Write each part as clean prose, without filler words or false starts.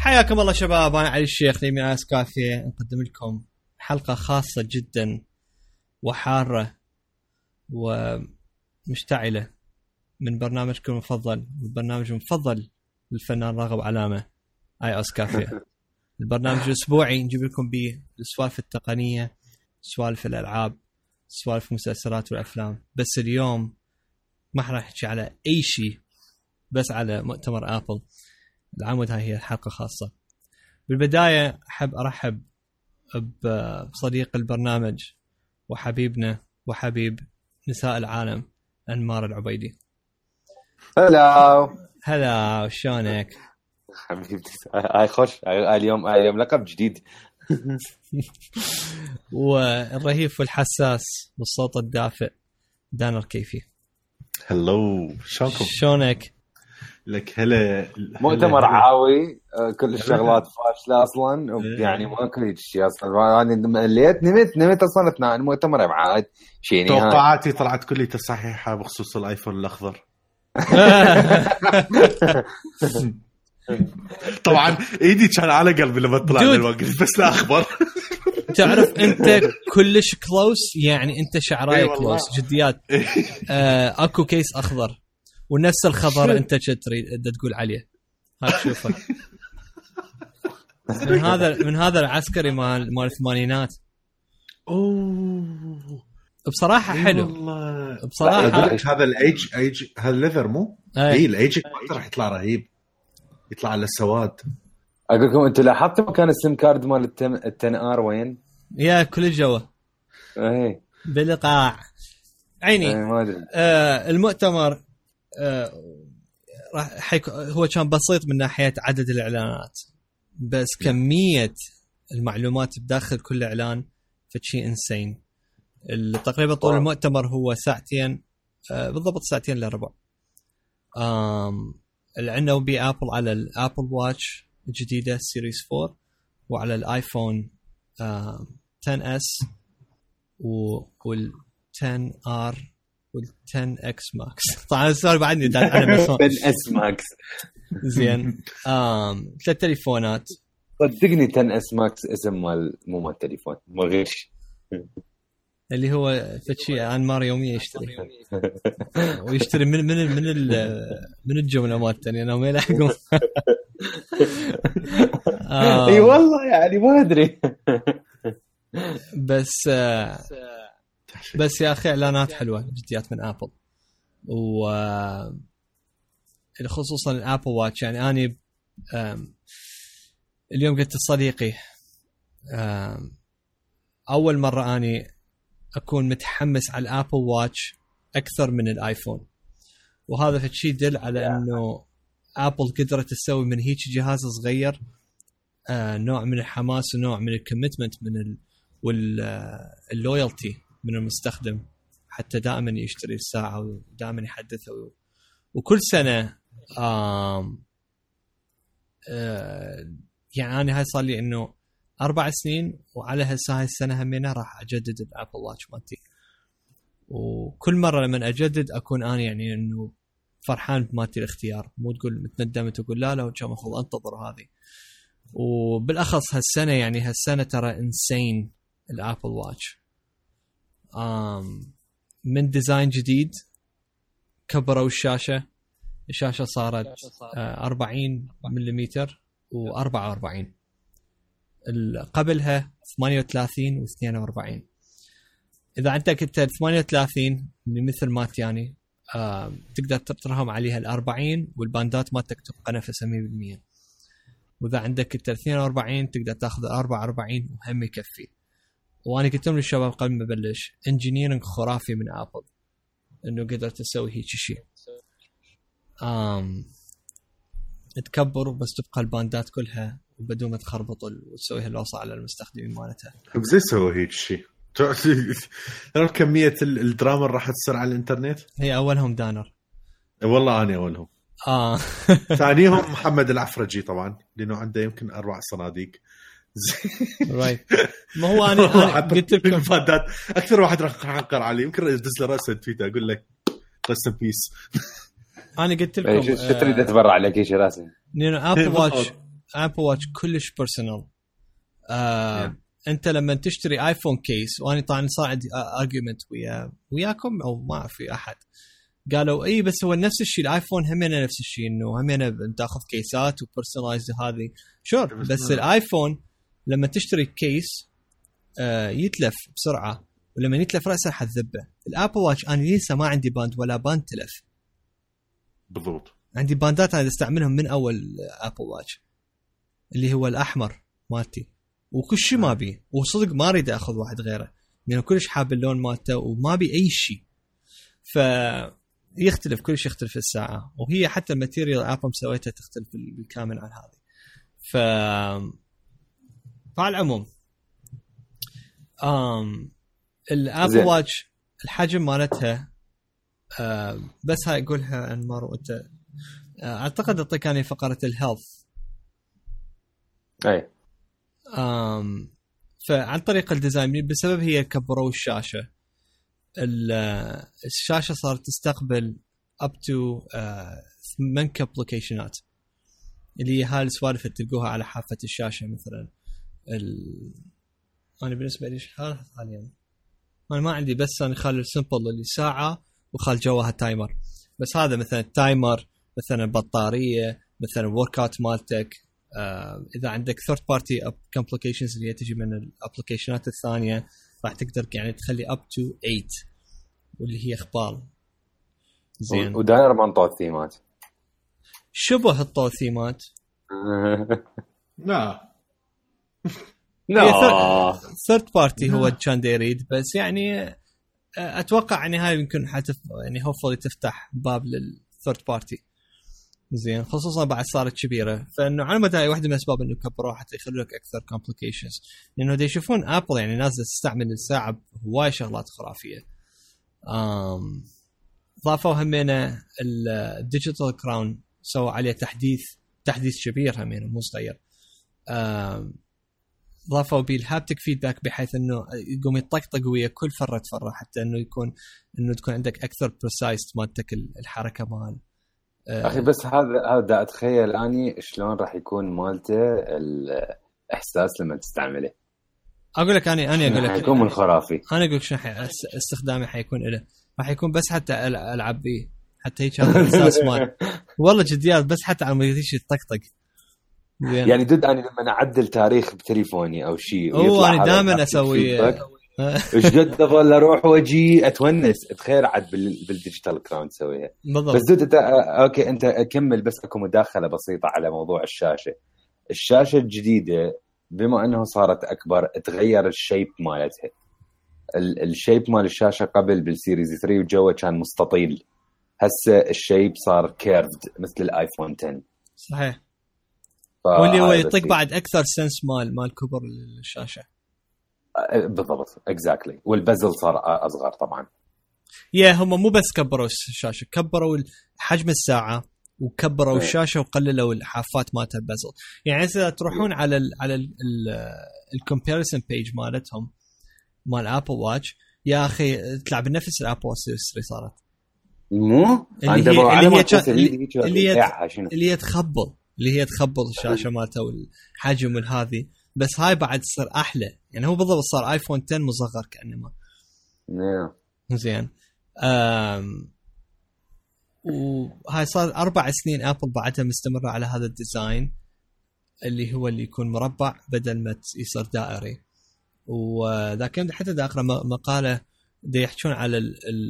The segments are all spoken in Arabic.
حياكم الله شباب، أنا علي الشيخ من آسكافيه نقدم لكم حلقة خاصة جدا وحارة ومشتعلة من برنامجكم المفضل، البرنامج المفضل للفنان راغب علامة أي آسكافيه. البرنامج الأسبوعي نجيب لكم به السوالف التقنية، سوالف الألعاب، سوالف المسلسلات والأفلام. بس اليوم ما راح نحكي على أي شيء، بس على مؤتمر آبل العمود. هاي هي حلقة خاصة. بالبداية أحب أرحب بصديق البرنامج وحبيبنا وحبيب نساء العالم أنمار العبيدي. هلا شلونك حبيبتي؟ هاي خوش، اليوم لقب جديد. والرهيف والحساس والصوت الدافئ دانر كيفي. هلو شلونك؟ لك هلا. مؤتمر عاوي، كل الشغلات فاشله اصلا، يعني ما كل شيء اصلا. انا نمت اصلا اثناء المؤتمر بعد شيء. توقعاتي طلعت كلها صحيحه بخصوص الايفون الاخضر. طبعا ايدي كان على قلبي لما طلع الوقت، بس لا اخبر. تعرف انت كلش كلوس، يعني انت شعراي كلوس جديات. اكو كيس اخضر ونفس الخضر انت تريد تقول عليه. هاك شوفه من هذا العسكري مال الثمانينات. اوه بصراحه حلو بصراحه. هذا الايج هذا الليذر مو اي الايج راح يطلع رهيب، يطلع على السواد. اقول لكم انتوا لاحظتوا مكان السيم كارد مال التن ار وين؟ يا كل الجو اي بالقاع عيني. المؤتمر هو كان بسيط من ناحية عدد الإعلانات، بس كمية المعلومات بداخل كل إعلان فشي إنسين. تقريبا طول المؤتمر هو ساعتين، بالضبط ساعتين لربع. اللي عندنا بأبل على الأبل واتش الجديدة سيريس 4، وعلى الآيفون 10s وال10R وال10X Max. طبعا السؤال بعدني أنا بس 10S Max زين. 3 تليفونات. صدقني 10S Max اسم مو مال التليفون، مو غيش اللي هو فشي أنمار يومية يشتري ويشتري من الجملة مالتني أنا ما يلحقون. اي والله يعني ما أدري. بس يا أخي إعلانات حلوة جديات من أبل، خصوصا الأبل واتش. يعني أنا اليوم قلت لصديقي أول مرة أني أكون متحمس على الأبل واتش أكثر من الآيفون، وهذا فشي يدل على أنه أبل قدرت تسوي من هيك جهاز صغير نوع من الحماس ونوع من الكوميتمنت من واللويالتي من المستخدم، حتى دائما يشتري الساعة ودائما يحدثها. وكل سنة يعني أنا هاي صار لي إنه 4 سنين، وعلى هاي السنة همينة راح أجدد الأبل واتش مالتي. وكل مرة لما أجدد أكون أنا يعني إنه فرحان بمالتي الاختيار، مو تقول متندم تقول لا وكان المفروض أنتظر هذه. وبالأخص هالسنة، يعني هالسنة ترى إنسين الأبل واتش. من ديزاين جديد، كبروا الشاشة صارت 40 ملم و44. قبلها 38 و42. إذا عندك انت 38 اللي مثل مات يعني تقدر ترهم عليها 40 والباندات مالتك تبقى نفسها 100%. وإذا عندك انت 42 تقدر تاخذ 44 وهم يكفي. وأنا قلت لهم للشباب قبل ما بلش انجينيرنج خرافي من أبل إنه قدرت تسوي هيك شيء. تكبر بس تبقى الباندات كلها وبدون ما تخربط وتسويها الوصى على المستخدمين مالتها. بزي سووا هيك شيء. تعرف كمية الدراما اللي راح تصير على الانترنت؟ هي أولهم دانر. والله أنا أولهم. ثانيهم محمد العفرجي طبعا، لأنه عنده يمكن 4 صناديق. رايت. ما هو أنا قلت لكم الفادات أكثر واحد راح أحقر عليه، يمكن أدز له رأسه تويتر أقول لك rest in peace. أنا قلت لكم شو تريد أتبرع لك إيش راسي؟ لأنه أبل واتش ابل واتش كلش بيرسونال. انت لما تشتري ايفون كيس، وانا طبعا صار عندي ارجيومنت وياكم او ما في احد، قالوا اي بس هو نفس الشيء الايفون همينه نفس الشيء، انه همينه تاخذ كيسات وبيرسونلايزد هذه شور، بس الايفون لما تشتري كيس يتلف بسرعه، ولما يتلف راسه حتذبه. الابل واتش انا لسه ما عندي باند ولا باند تلف. بالضبط. عندي باندات انا استعملهم من اول ابل واتش اللي هو الاحمر مالتي، وكل شيء ما بي، وصدق ما اريد اخذ واحد غيره لانه كلش حاب اللون مالته وما بي اي شيء. فيختلف كل شيء، يختلف الساعه، وهي حتى الماتيريال ابل مسويتها تختلف بالكامل عن هذه. فعلى العموم الابل واتش الحجم مالتها بس هاي اقولها انمار، وانت اعتقد اعطيك اني فقره الهيلث. اي فعن طريق الديزاين بسبب هي كبروا الشاشه، الشاشه صارت تستقبل up to 8 ابلكيشنات، اللي هي هاي السوالف اللي تلقوها على حافه الشاشه. مثلا انا بالنسبه لي حاليا انا ما عندي، بس انا خالي السمبل اللي ساعه وخال جواها تايمر، بس هذا مثلا التايمر، مثلا البطاريه، مثلا الورك اوت مالتك. اذا عندك ثيرد بارتي ابلكيشنز اللي تجي من الابلكيشنات الثانيه راح تقدر يعني تخلي up to 8 واللي هي اخبار زين. وداير ما نطوا الثيمات، شبه الطو ثيمات. لا ثيرد بارتي هو كان يريد، بس يعني اتوقع يعني هاي يمكن يعني هوفلي تفتح باب للثيرد بارتي زين، خصوصا بعد صارت كبيره. فانه على مدى واحده من الاسباب انه كبروا حتى يخلوا لك اكثر كومبليكيشنز، لانه دا يشوفون ابل يعني نازله تستعمل الساعه بهواي شغلات خرافيه. ضافوا همينه الديجيتال كراون، سووا عليه تحديث كبير همينه مو صغير. ضافوا بالهابتك فيدباك بحيث انه يقوم يطقطق ويا كل فره حتى انه تكون عندك اكثر بريسايز مالتك الحركه مال. اخي بس هذا اتخيل اني شلون راح يكون مالته الاحساس لما تستعمله. اقول لك انا اقول لك حيكون من خرافي. انا اقول لك شنو استخدامي حيكون له، راح يكون بس حتى العب بيه، حتى هيك هذا الاساس مال والله جديات، بس حتى على ما يجيش يطقطق يعني ضد اني لما اعدل تاريخ بتليفوني او شيء، انا دائما اسوي ايش قد اظل اروح واجي اتونس. تخيل عاد بالديجيتال كراون تسويها بس ضد اوكي. انت اكمل بس اكو مداخله بسيطه على موضوع الشاشه الجديده. بما انه صارت اكبر تغير الشيب مالتها. الشيب مال الشاشه قبل بالسيريز 3 وجوه كان مستطيل، هسه الشيب صار كيرفد مثل الايفون 10. صحيح. واللي هو يطق بعد اكثر سنس مال كبر الشاشه. بالضبط اكزاكتلي. والبزل صار اصغر طبعا. هم مو بس كبروا الشاشه، كبروا حجم الساعه وكبروا الشاشه وقللوا الحافات مالت البزل. يعني اذا تروحون على الكومباريسن بيج مالتهم مال ابل واتش، يا اخي تلعب نفس الابل واتش 3 صارت مو اللي هي تخبل الشاشه مالته والحجم والهذه، بس هاي بعد تصير احلى. يعني هو بالضبط صار ايفون 10 مصغر كانما. زين. وهاي صار 4 سنين ابل بعدها مستمره على هذا الديزاين اللي هو اللي يكون مربع بدل ما يصير دائري. وذاك يوم حتى دا اقرا مقاله دا يحكون على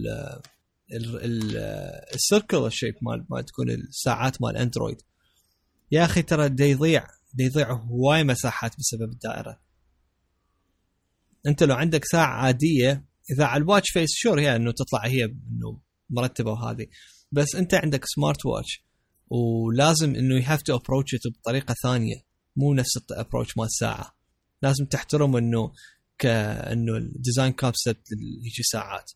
السيركل شيب ما تكون الساعات مال اندرويد. يا اخي ترى دا يضيع هواي مساحات بسبب الدائره. انت لو عندك ساعه عاديه، اذا على الواتش فيس شور هي انه تطلع هي انه مرتبه وهذه، بس انت عندك سمارت واتش ولازم انه you have to approach it بطريقه ثانيه، مو نفس الابروتش مال الساعه. لازم تحترم انه كانه الديزاين كونسبت هيجي ساعات.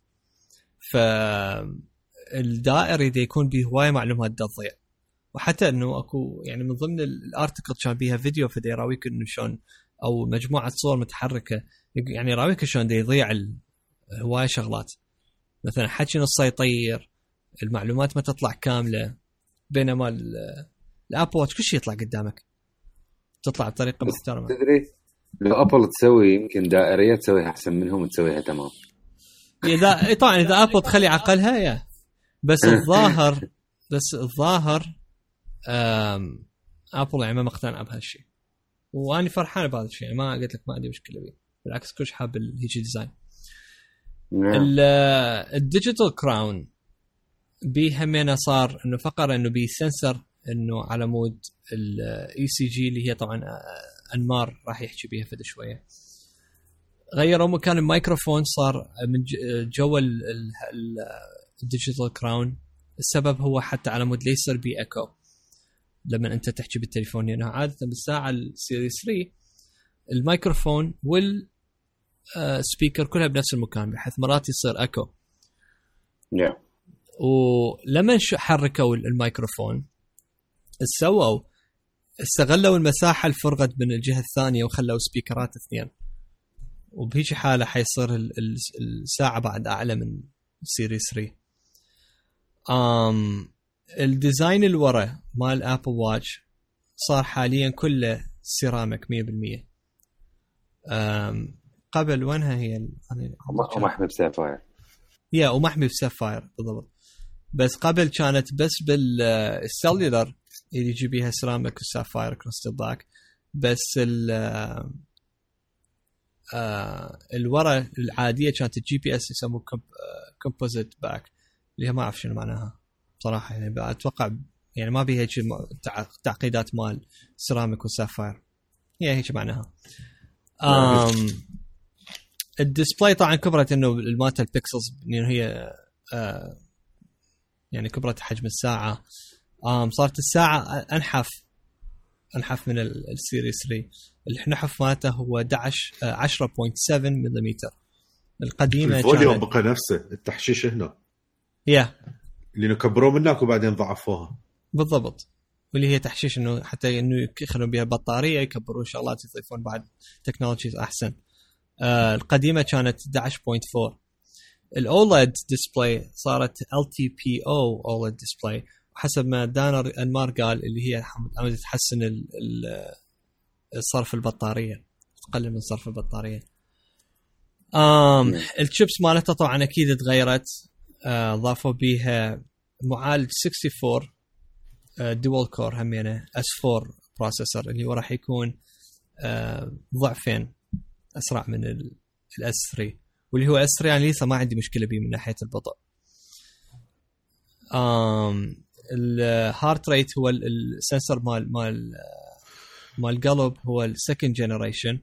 فالدائري ده يكون به هوايه معلومات تضيع. وحتى انه اكو يعني من ضمن الارتكل كان بيها فيديو فدي يراويك انه شلون، او مجموعه صور متحركه يعني يراويك شلون ده يضيع هوايه شغلات. مثلا حكي نصه يطير، المعلومات ما تطلع كامله، بينما الابل واتش كل شيء يطلع قدامك. تطلع بطريقه محترمه. تدري لو ابل تسوي يمكن دائريه تسويها احسن منهم وتسويها تمام. اذا طبعا اذا ابل تخلي عقلها يا بس الظاهر ابل يعني ما مقتنع بهالشيء، واني فرحان بهذا الشيء يعني ما قلت لك ما عندي مشكله به، بالعكس كلش حاب الهيجي ديزاين. الديجيتال كراون بيها مينا صار انه فقره انه بيسنسر انه على مود الاي سي جي اللي هي طبعا انمار راح يحكي بيها فد شويه. غيروا مكان الميكروفون صار من جو الديجيتال كراون. السبب هو حتى على مود ليصير بي اكو لما انت تحكي بالتليفون، لانه يعني عاده بالساعه السيريس 3 الميكروفون والسبيكر كلها بنفس المكان بحيث مرات يصير اكو. ولما حركوا الميكروفون استغلوا المساحه الفرغت من الجهه الثانيه وخلوا سبيكرات اثنين، وبهيجي حاله حيصير الساعه بعد اعلى من سيريس 3. الديزاين الورا مال ابل واتش صار حاليا كله سيراميك 100%. قبل وينها هي ومحمي بسافاير ومحمي بسافاير بالضبط، بس قبل كانت بس بالسيلولر اللي يجي بيها سيراميك وسافاير كريستال باك، بس الورا العاديه كانت الجي بي اس يسموه كومبوزيت باك اللي هي ما اعرف شنو معناها صراحه، يعني اتوقع يعني ما بيها هيك تعقيدات مال سيراميك وسافاير، هي هيك معناها. الديسبلاي طبعا كبرت انه المات البيكسلز لانه هي يعني كبرت حجم الساعه. صارت الساعه انحف من السيريس 3. النحف مالته هو 10.7 ملم. القديمه الفوليوم بقى نفسه، التحشيش هنا لانه كبروا منك وبعدين ضعفوها بالضبط، واللي هي تحشيش انه حتى انه يخلون بها بطاريه يكبروا شغلات يضيفون بعد تكنولوجيز احسن. القديمه كانت 11.4. الاولد ديسبلاي صارت LTPO OLED ديسبلاي، وحسب ما دانر انمار قال اللي هي عم تحسن صرف البطاريه، تقلل من صرف البطاريه. الشيبس مالتها طبعا اكيد تغيرت، ضافوا بيها معالج 64 دول كور همينه S4 بروسيسور اللي هو راح يكون ضعفين اسرع من S3، واللي هو S3 يعني لسه ما عندي مشكله بيه من ناحيه البطء. الهارت ريت هو السنسر مال قلب هو السكند جنريشن.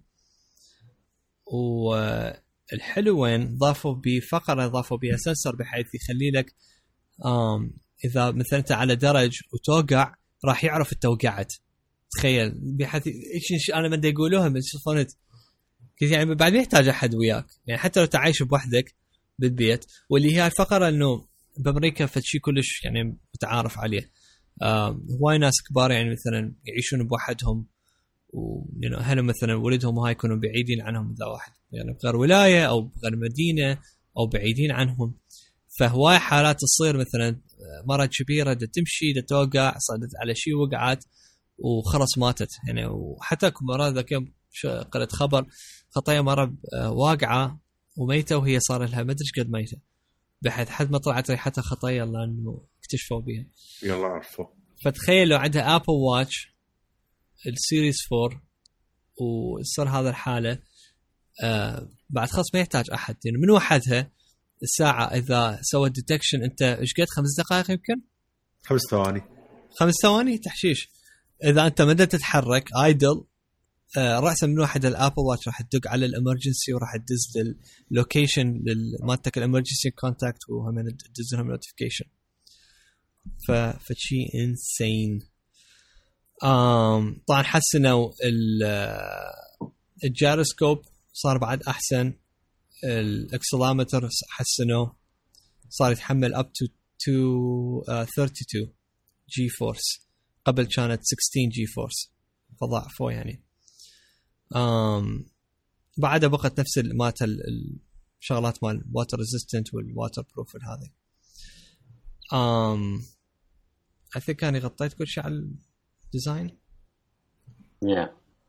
والحلو وين ضافوا بفقره ضافوا بها سنسر بحيث يخلي لك اذا مثلا انت على درج وتوقع راح يعرف انت وقعت. تخيل بحيث ايش انا ما بدي يقولوها من صفنت يعني بعد ما يحتاج احد وياك، يعني حتى لو تعيش بوحدك بالبيت. واللي هي الفقره انه بامريكا فشي كلش يعني متعارف عليه. هواي ناس كبار يعني مثلا يعيشون بوحدهم، ويعني اهلهم مثلا ولدهم وهاي يكونوا بعيدين عنهم ذا واحد يعني بغير ولايه او بغير مدينه او بعيدين عنهم. فهواي حالات تصير مثلا مرة كبيرة تمشي توقع صادت على شيء وقعت وخلص ماتت يعني. وحتى مرة ذاك يوم قلت خبر خطية مرة واقعة وميتة وهي صار لها ما ادري قد ميتة، بحيث حد ما طلعت ريحتها خطية لأنه اكتشفوا بها. يلا عرفوا. فتخيل لو عندها ابل واتش السيريس 4 وصار هذا الحالة بعد خلاص ما يحتاج أحد يعني من وحدها. الساعة إذا سوت ديتكشن أنت إيش قد 5 دقائق يمكن 5 ثواني 5 ثواني تحشيش. إذا أنت ما تتحرك ايدل رأسا من واحد الابل واتش راح تدق على الامرجنسي وراح تدز اللوكيشن مالتك الامرجنسي كونتاكت وهم تدز لهم نوتيفيكيشن. فشي انسين. طبعا حسنوا الجيروسكوب صار بعد احسن. الاكسلامتر حسنوه صار يتحمل up to 32 جي فورس، قبل كانت 16 جي فورس فضاعفوه يعني. بعدها بقت نفس مات الشغلات مال واتر ريزيستنت والواتر بروف هذه. I think أنا غطيت كل شيء على الديزاين.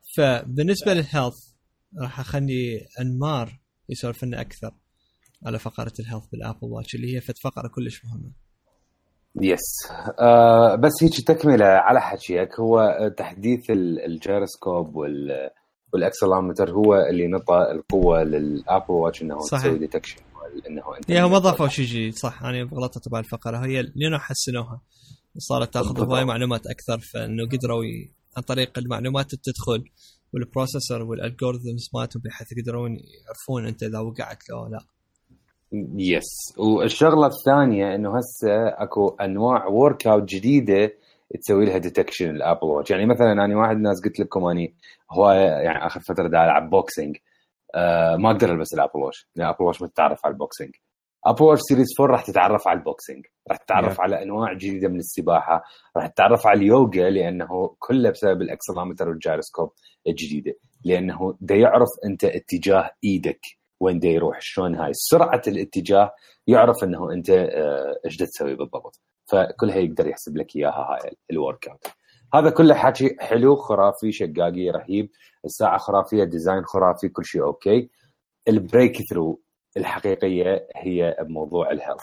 فبالنسبه للهيلث راح اخلي انمار يسولف لنا اكثر على فقره الهيلث بالابل واتش اللي هي فقره كلش مهمه. يس بس هيك تكمله على حكيك. هو تحديث الجيروسكوب والاكسلرومتر هو اللي نطى القوه للابل واتش انه تسوي ديتكشن انه انت ما ضافوا شيء جديد. صح انا غلطت تبع الفقره هي لانه حسنوها صارت تاخذ هواي معلومات اكثر فانه قدروا عن طريق المعلومات تدخل والبروسيسور والالجوريثمز مالتهم بحيث يقدرون يعرفون انت اذا وقعت لو لا. يس. والشغله الثانيه انه هسه اكو انواع ورك اوت جديده تسوي لها ديتكشن الابل واتش. يعني مثلا انا واحد الناس قلت لكم اني هو يعني اخر فتره دا العب بوكسينج ما اقدر البس الابل واتش لان الابل واتش متعرف على البوكسينج. ابل واتش سيريز 4 راح تتعرف على البوكسينج، راح تتعرف على انواع جديده من السباحه، راح تتعرف على اليوغا لانه كله بسبب الاكسلرومتر والجيروسكوب الجديده، لانه دا يعرف انت اتجاه ايدك وين دا يروح، شلون هاي سرعه الاتجاه يعرف انه انت ايش دا تسوي بالضبط. فكلها يقدر يحسب لك اياها هاي الورك اوت. هذا كله حكي حلو خرافي شقاقي رهيب، الساعه خرافيه، ديزاين خرافي، كل شيء اوكي. البريك ثرو الحقيقيه هي بموضوع الهيلث.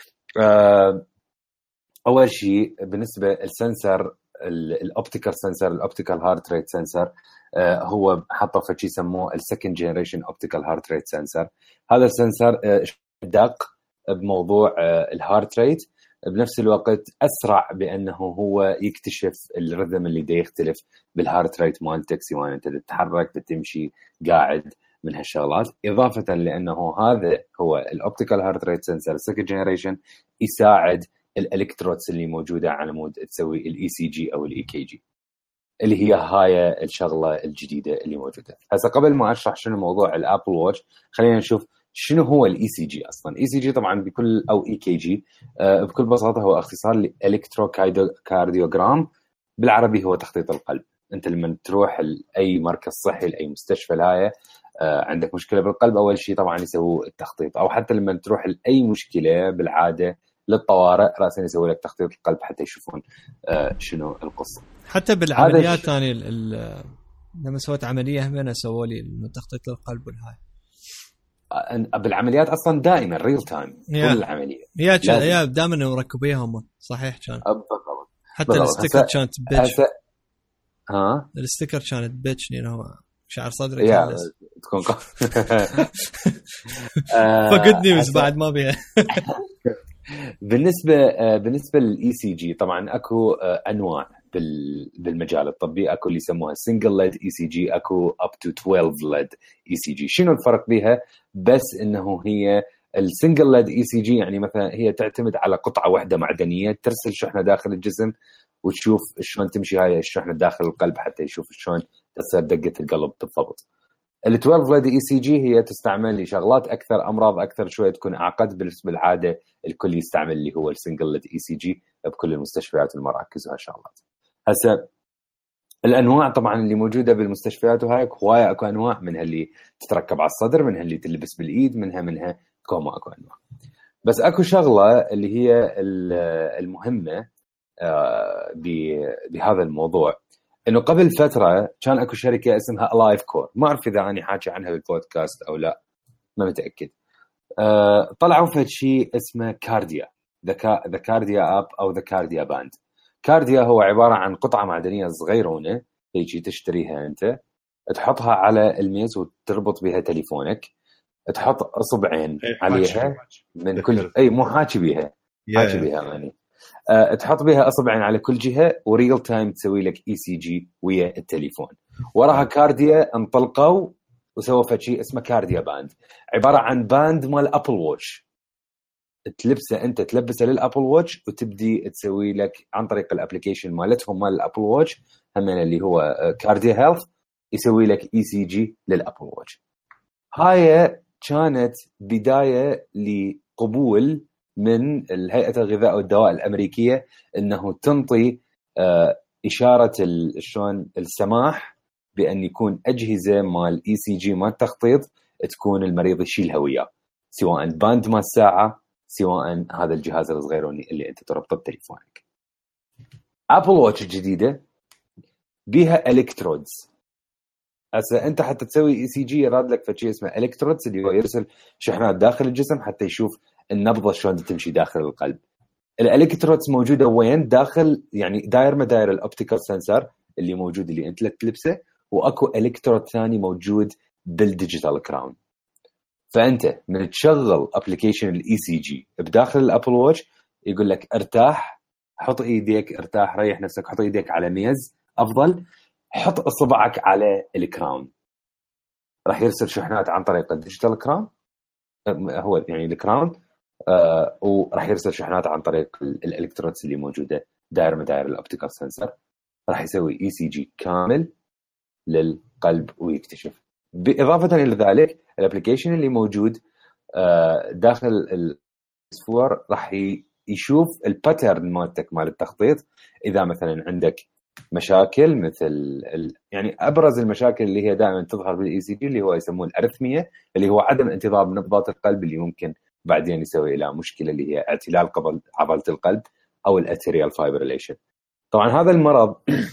اول شيء بالنسبه السنسر الاوبتيكال سنسر، الاوبتيكال هارت ريت سنسر، هو حطوا في شيء يسموه السكند جنريشن اوبتيكال هارت ريت سنسر. هذا السنسر دق بموضوع الهارت ريت، بنفس الوقت اسرع بانه هو يكتشف الرذم اللي دا يختلف بالهارت ريت مالتك سواء انت تتحرك تمشي قاعد من هالشغلات. اضافه لانه هذا هو الاوبتيكال هارت ريت سنسر السكند جنريشن يساعد الالكترودز اللي موجوده على مود تسوي الاي سي جي او الاي كي جي اللي هي هاي الشغله الجديده اللي موجوده. هسه قبل ما اشرح شنو موضوع الابل واتش خلينا نشوف شنو هو الاي سي جي اصلا. اي سي جي طبعا بكل او اي كي جي بكل بساطه هو اختصار لالكتروكارديوغرام، بالعربي هو تخطيط القلب. انت لما تروح لاي مركز صحي لاي مستشفى الهايه عندك مشكله بالقلب اول شيء طبعا يسووا التخطيط، او حتى لما تروح لاي مشكله بالعاده للطوارئ راسا يسوي لك تخطيط القلب حتى يشوفون شنو القصه. حتى بالعمليات ثاني لما سويت عمليه هم سووا لي تخطيط القلب والهاي بالعمليات اصلا دائما ريل تايم كل العمليه يا دائما يركبوها هم صحيح كان بالضبط. حتى الستيكر كانت بيتش ها الستيكر كانت بيتش هو شعر صدرك تكون فقد نيوز بعد ما بيها. بالنسبه للاي سي جي طبعا اكو انواع بالمجال الطبي، اكو اللي يسموها سنجل ليد اي سي جي، اكو اب تو 12 ليد اي سي جي. شنو الفرق بيها؟ بس انه هي السنجل ليد اي سي جي يعني مثلا هي تعتمد على قطعه واحده معدنيه ترسل شحنه داخل الجسم وتشوف شلون تمشي هاي الشحنه داخل القلب حتى يشوف شلون تصير دقه القلب بالضبط. ال 12 ليد اي سي جي هي تستعمل لشغلات اكثر، امراض اكثر شويه تكون اعقد. بالعاده الكل يستعمل اللي هو السنجل ليد اي سي جي بكل المستشفيات والمراكز وهالشغلات. هسه الانواع طبعا اللي موجوده بالمستشفيات وهاي هوايه، اكو انواع منها اللي تتركب على الصدر، منها اللي تلبس بالايد، منها كوما اكو انواع. بس اكو شغله اللي هي المهمه بهذا الموضوع، انه قبل فتره كان اكو شركه اسمها الايف كور، ما اعرف اذا اني حاكي عنها بالبودكاست او لا ما متاكد. طلعوا في شيء اسمه كارديا، ذا كارديا اب او ذا كارديا باند. كارديا هو عباره عن قطعه معدنيه صغيرونه هيك تشتريها انت، تحطها على الميز وتربط بها تليفونك، تحط اصبعين عليها من كل مو حاكي بيها حاكي بيها يعني تحط بها اصبعين على كل جهه وريل تايم تسوي لك اي سي جي ويا التليفون. وراها كارديا انطلقوا وسووا شيء اسمه كارديا باند، عباره عن باند مال ابل واتش تلبسه انت، تلبسه للابل واتش وتبدي تسوي لك عن طريق الابلكيشن مالتهم مال الابل واتش هم اللي هو كارديا هيلث يسوي لك اي سي جي للابل واتش. هاي كانت بدايه لقبول من الهيئه الغذاء والدواء الامريكيه انه تنطي اشاره شلون السماح بان يكون اجهزه مال اي سي جي مال تخطيط تكون المريض يشيلها وياه، سواء باند مال ساعه سواء هذا الجهاز الصغيروني اللي انت تربطه بتليفونك. ابل واتش الجديده بيها الكترودز هسه انت حتى تسوي اي سي جي يراد لك فشي اسمه الكترودز اللي هو يرسل شحنات داخل الجسم حتى يشوف النبضه شلون تمشي داخل القلب. الالكترودز موجوده وين؟ داخل يعني داير مداير الاوبتيكال سنسر اللي موجود اللي انت تلبسه، واكو الكترود ثاني موجود بالديجيتال كراون. فانت من تشغل ابلكيشن الاي سي جي بداخل الابل واتش يقول لك ارتاح، حط ايديك، ارتاح، ريح نفسك، حط ايديك على ميز افضل، حط اصبعك على الكراون، راح يرسل شحنات عن طريق الديجيتال كراون، هو يعني الكراون، وراح يرسل شحنات عن طريق الالكترودز اللي موجوده داير مداير الاوبتيكال سنسر. راح يسوي اي سي جي كامل للقلب ويكتشف. باضافه الى ذلك الابلكيشن اللي موجود داخل السفور راح يشوف الباترن مالتك مال التخطيط. اذا مثلا عندك مشاكل مثل يعني ابرز المشاكل اللي هي دائما تظهر بالاي سي جي اللي هو يسموه الارثميا، اللي هو عدم انتظام نبضات القلب، اللي ممكن بعدين يسوي الى مشكله اللي هي اعتلال عضله القلب او الاتريال فايبريليشن. طبعا هذا المرض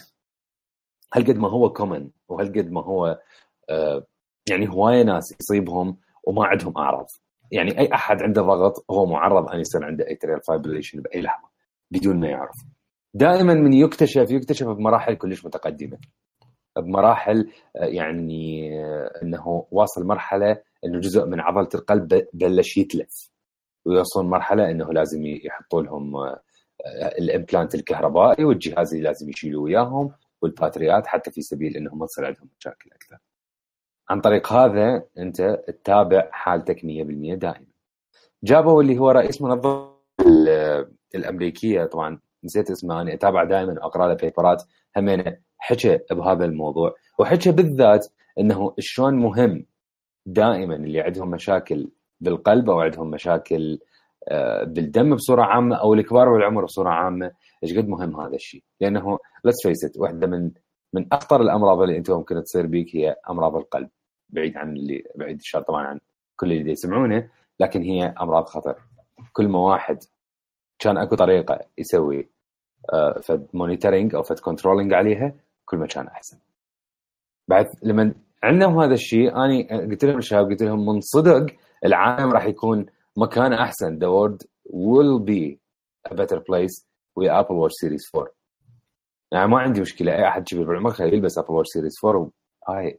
هالقد ما هو كومن وهالقد ما هو يعني هوايه ناس يصيبهم وما عندهم اعراض. يعني اي احد عنده ضغط هو معرض ان يصير عنده اتريال فايبريليشن باي لحظه بدون ما يعرف. دائما من يكتشف بمراحل كلش متقدمه، بمراحل يعني انه واصل مرحله انه جزء من عضله القلب بلش يتلف، ويوصل مرحله انه لازم يحطوا لهم الامبلانت الكهربائي والجهاز اللي لازم يشيلوا وياهم والباتريات حتى في سبيل انهم ما تصير عندهم مشاكل اكثر. عن طريق هذا انت تتابع حالتك 100% دائما. جابوا اللي هو رئيس منظمه الامريكيه، طبعا نسيت اسمه، انا اتابع دائما اقرا له بيبرات همينه، حكى بهذا الموضوع وحكى بالذات انه شلون مهم دائما اللي عندهم مشاكل بالقلب او عندهم مشاكل بالدم بصوره عامه او الكبار والعمر بصوره عامه، ايش قد مهم هذا الشيء. لانه let's face it، واحده من اخطر الامراض اللي انت ممكن تصير بيك هي امراض القلب، بعيد عن اللي بعيد الشر طبعا عن كل اللي يسمعونه، لكن هي امراض خطر. كل ما واحد كان اكو طريقه يسوي فد مونيتورينج او فد كنترولينج عليها كل ما كان احسن. بعد لما عندهم هذا الشيء انا قلت لهم الشباب، قلت لهم من صدق العالم راح يكون مكان احسن. the world will be a better place with Apple Watch Series 4. يعني ما عندي مشكله اي احد كبير بالعمر خليه يلبس Apple Watch Series 4 هاي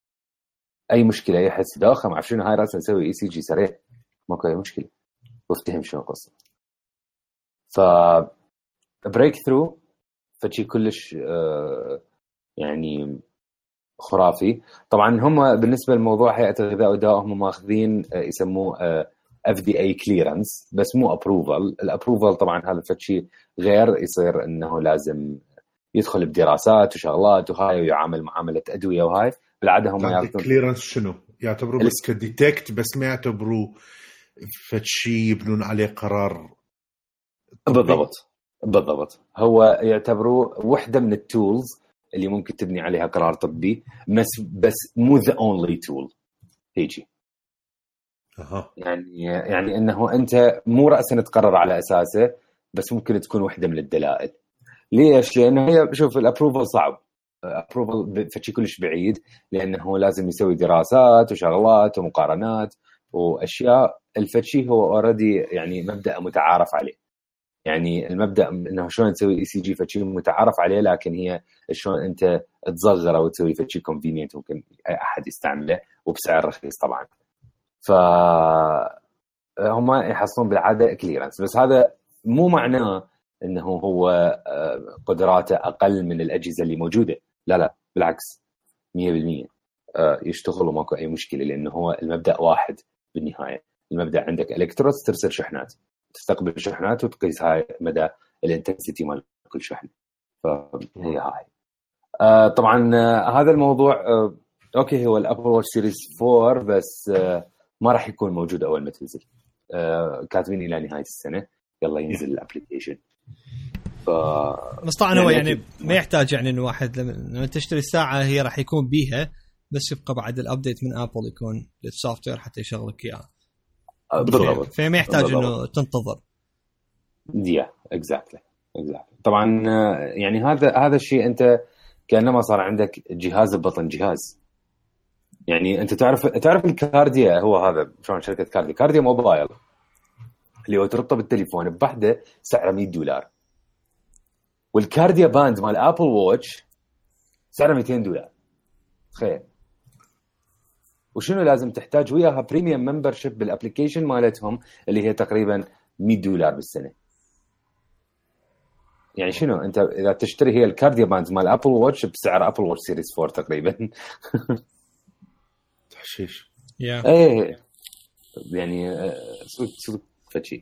اي مشكله يحس داخل مع شنو هاي راسا نسوي اي سي جي سريع ماكو اي مشكله وافتهم شنو القصه. ف بريك ثرو فشي كلش يعني خرافي. طبعا هم بالنسبه للموضوع هيئه الغذاء والدواء هم ماخذين يسموه FDA clearance بس مو approval. الابروفال طبعا هذا فشي غير، يصير انه لازم يدخل بدراسات وشغلات وهاي ويعامل معامله ادويه وهاي. بالعاده هم يعطون كليرنس شنو يعتبروا بس كديتكت بس ما يعتبروا فشي يبنون عليه قرار طبي. بالضبط هو يعتبروه وحده من التولز اللي ممكن تبني عليها قرار طبي بس مو the only tool هيجي. يعني انه انت مو رأسا تقرر على اساسه، بس ممكن تكون وحده من الدلائل. ليش؟ لانه هي شوف الابروفل صعب، ابروفل فشي كلش بعيد، لانه لازم يسوي دراسات وشغلات ومقارنات واشياء. الفشي هو اوريدي يعني مبدا متعارف عليه، يعني المبدا انه شلون تسوي اي سي جي فشي متعارف عليه، لكن هي شلون انت تصغره او تسوي فشي كونفينينت ممكن اي احد يستعمله وبسعر رخيص طبعا. ف هم يحصلون بالعاده كليرنس، بس هذا مو معناه انه هو قدراته اقل من الاجهزه اللي موجوده، لا بالعكس 100% يشتغل وماكو اي مشكله، لانه هو المبدا واحد بالنهايه. المبدا عندك الكترودز ترسل شحنات، تستقبل شحنات وتقيس هاي مدى الانتنسيتي مال كل شحنه. فهي هاي طبعا هذا الموضوع اوكي هو الابل واتش سيريز 4 بس ما راح يكون موجود اول ما تنزل. كاتبين الى نهايه السنه يلا ينزل الابلكيشن. بس طبعا هو يعني ما يحتاج يعني انه واحد لما تشتري الساعه هي راح يكون بيها، بس يبقى بعد الابديت من ابل يكون للسوفت وير حتى يشغلك اياه بالضبط. فما يحتاج انه تنتظر. اكزاكتلي طبعا يعني هذا الشيء انت كانما صار عندك جهاز ببطن جهاز. يعني انت تعرف الكارديا، هو هذا شلون شركه كارديا موبايل اللي هو تربطه بالتليفون بوحده سعره $100، والكارديا باند مال ابل واتش سعره $200. تخيل. وشنو لازم تحتاج وياها؟ بريميوم ممبرشيب بالابليكيشن مالتهم اللي هي تقريبا $100 بالسنه. يعني شنو انت اذا تشتري هي الكارديا باند مال ابل واتش بسعر ابل واتش سيريس 4 تقريبا. تحشيش. ايه يعني سوق فشي.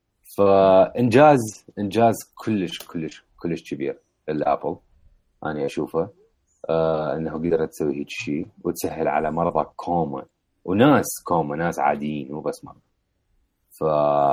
فانجاز كلش كبير الابل انا اشوفه، انه قدرت تسوي هيك شيء وتسهل على مرضى كوما وناس كوما، ناس عاديين مو بس مرضى. ف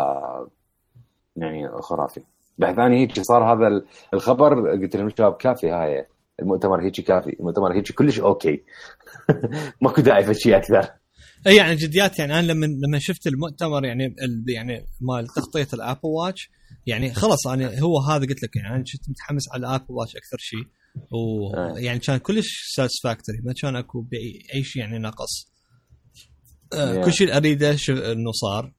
يعني خرافي. بحثاني هيك صار هذا الخبر، قلت لهم شباب كافي، هاي المؤتمر هيك كافي، المؤتمر هيك كلش اوكي. ماكو داعي فشي اكثر. اي يعني جديات. يعني انا لما شفت المؤتمر يعني مال تغطيه الابل واتش، يعني خلص انا هو هذا قلت لك، يعني انا كنت متحمس على الابل واتش اكثر شيء، ويعني كان كلش ساتسفاكتوري، ما كان اكو اي شيء يعني نقص. كل شيء اريده انه صار،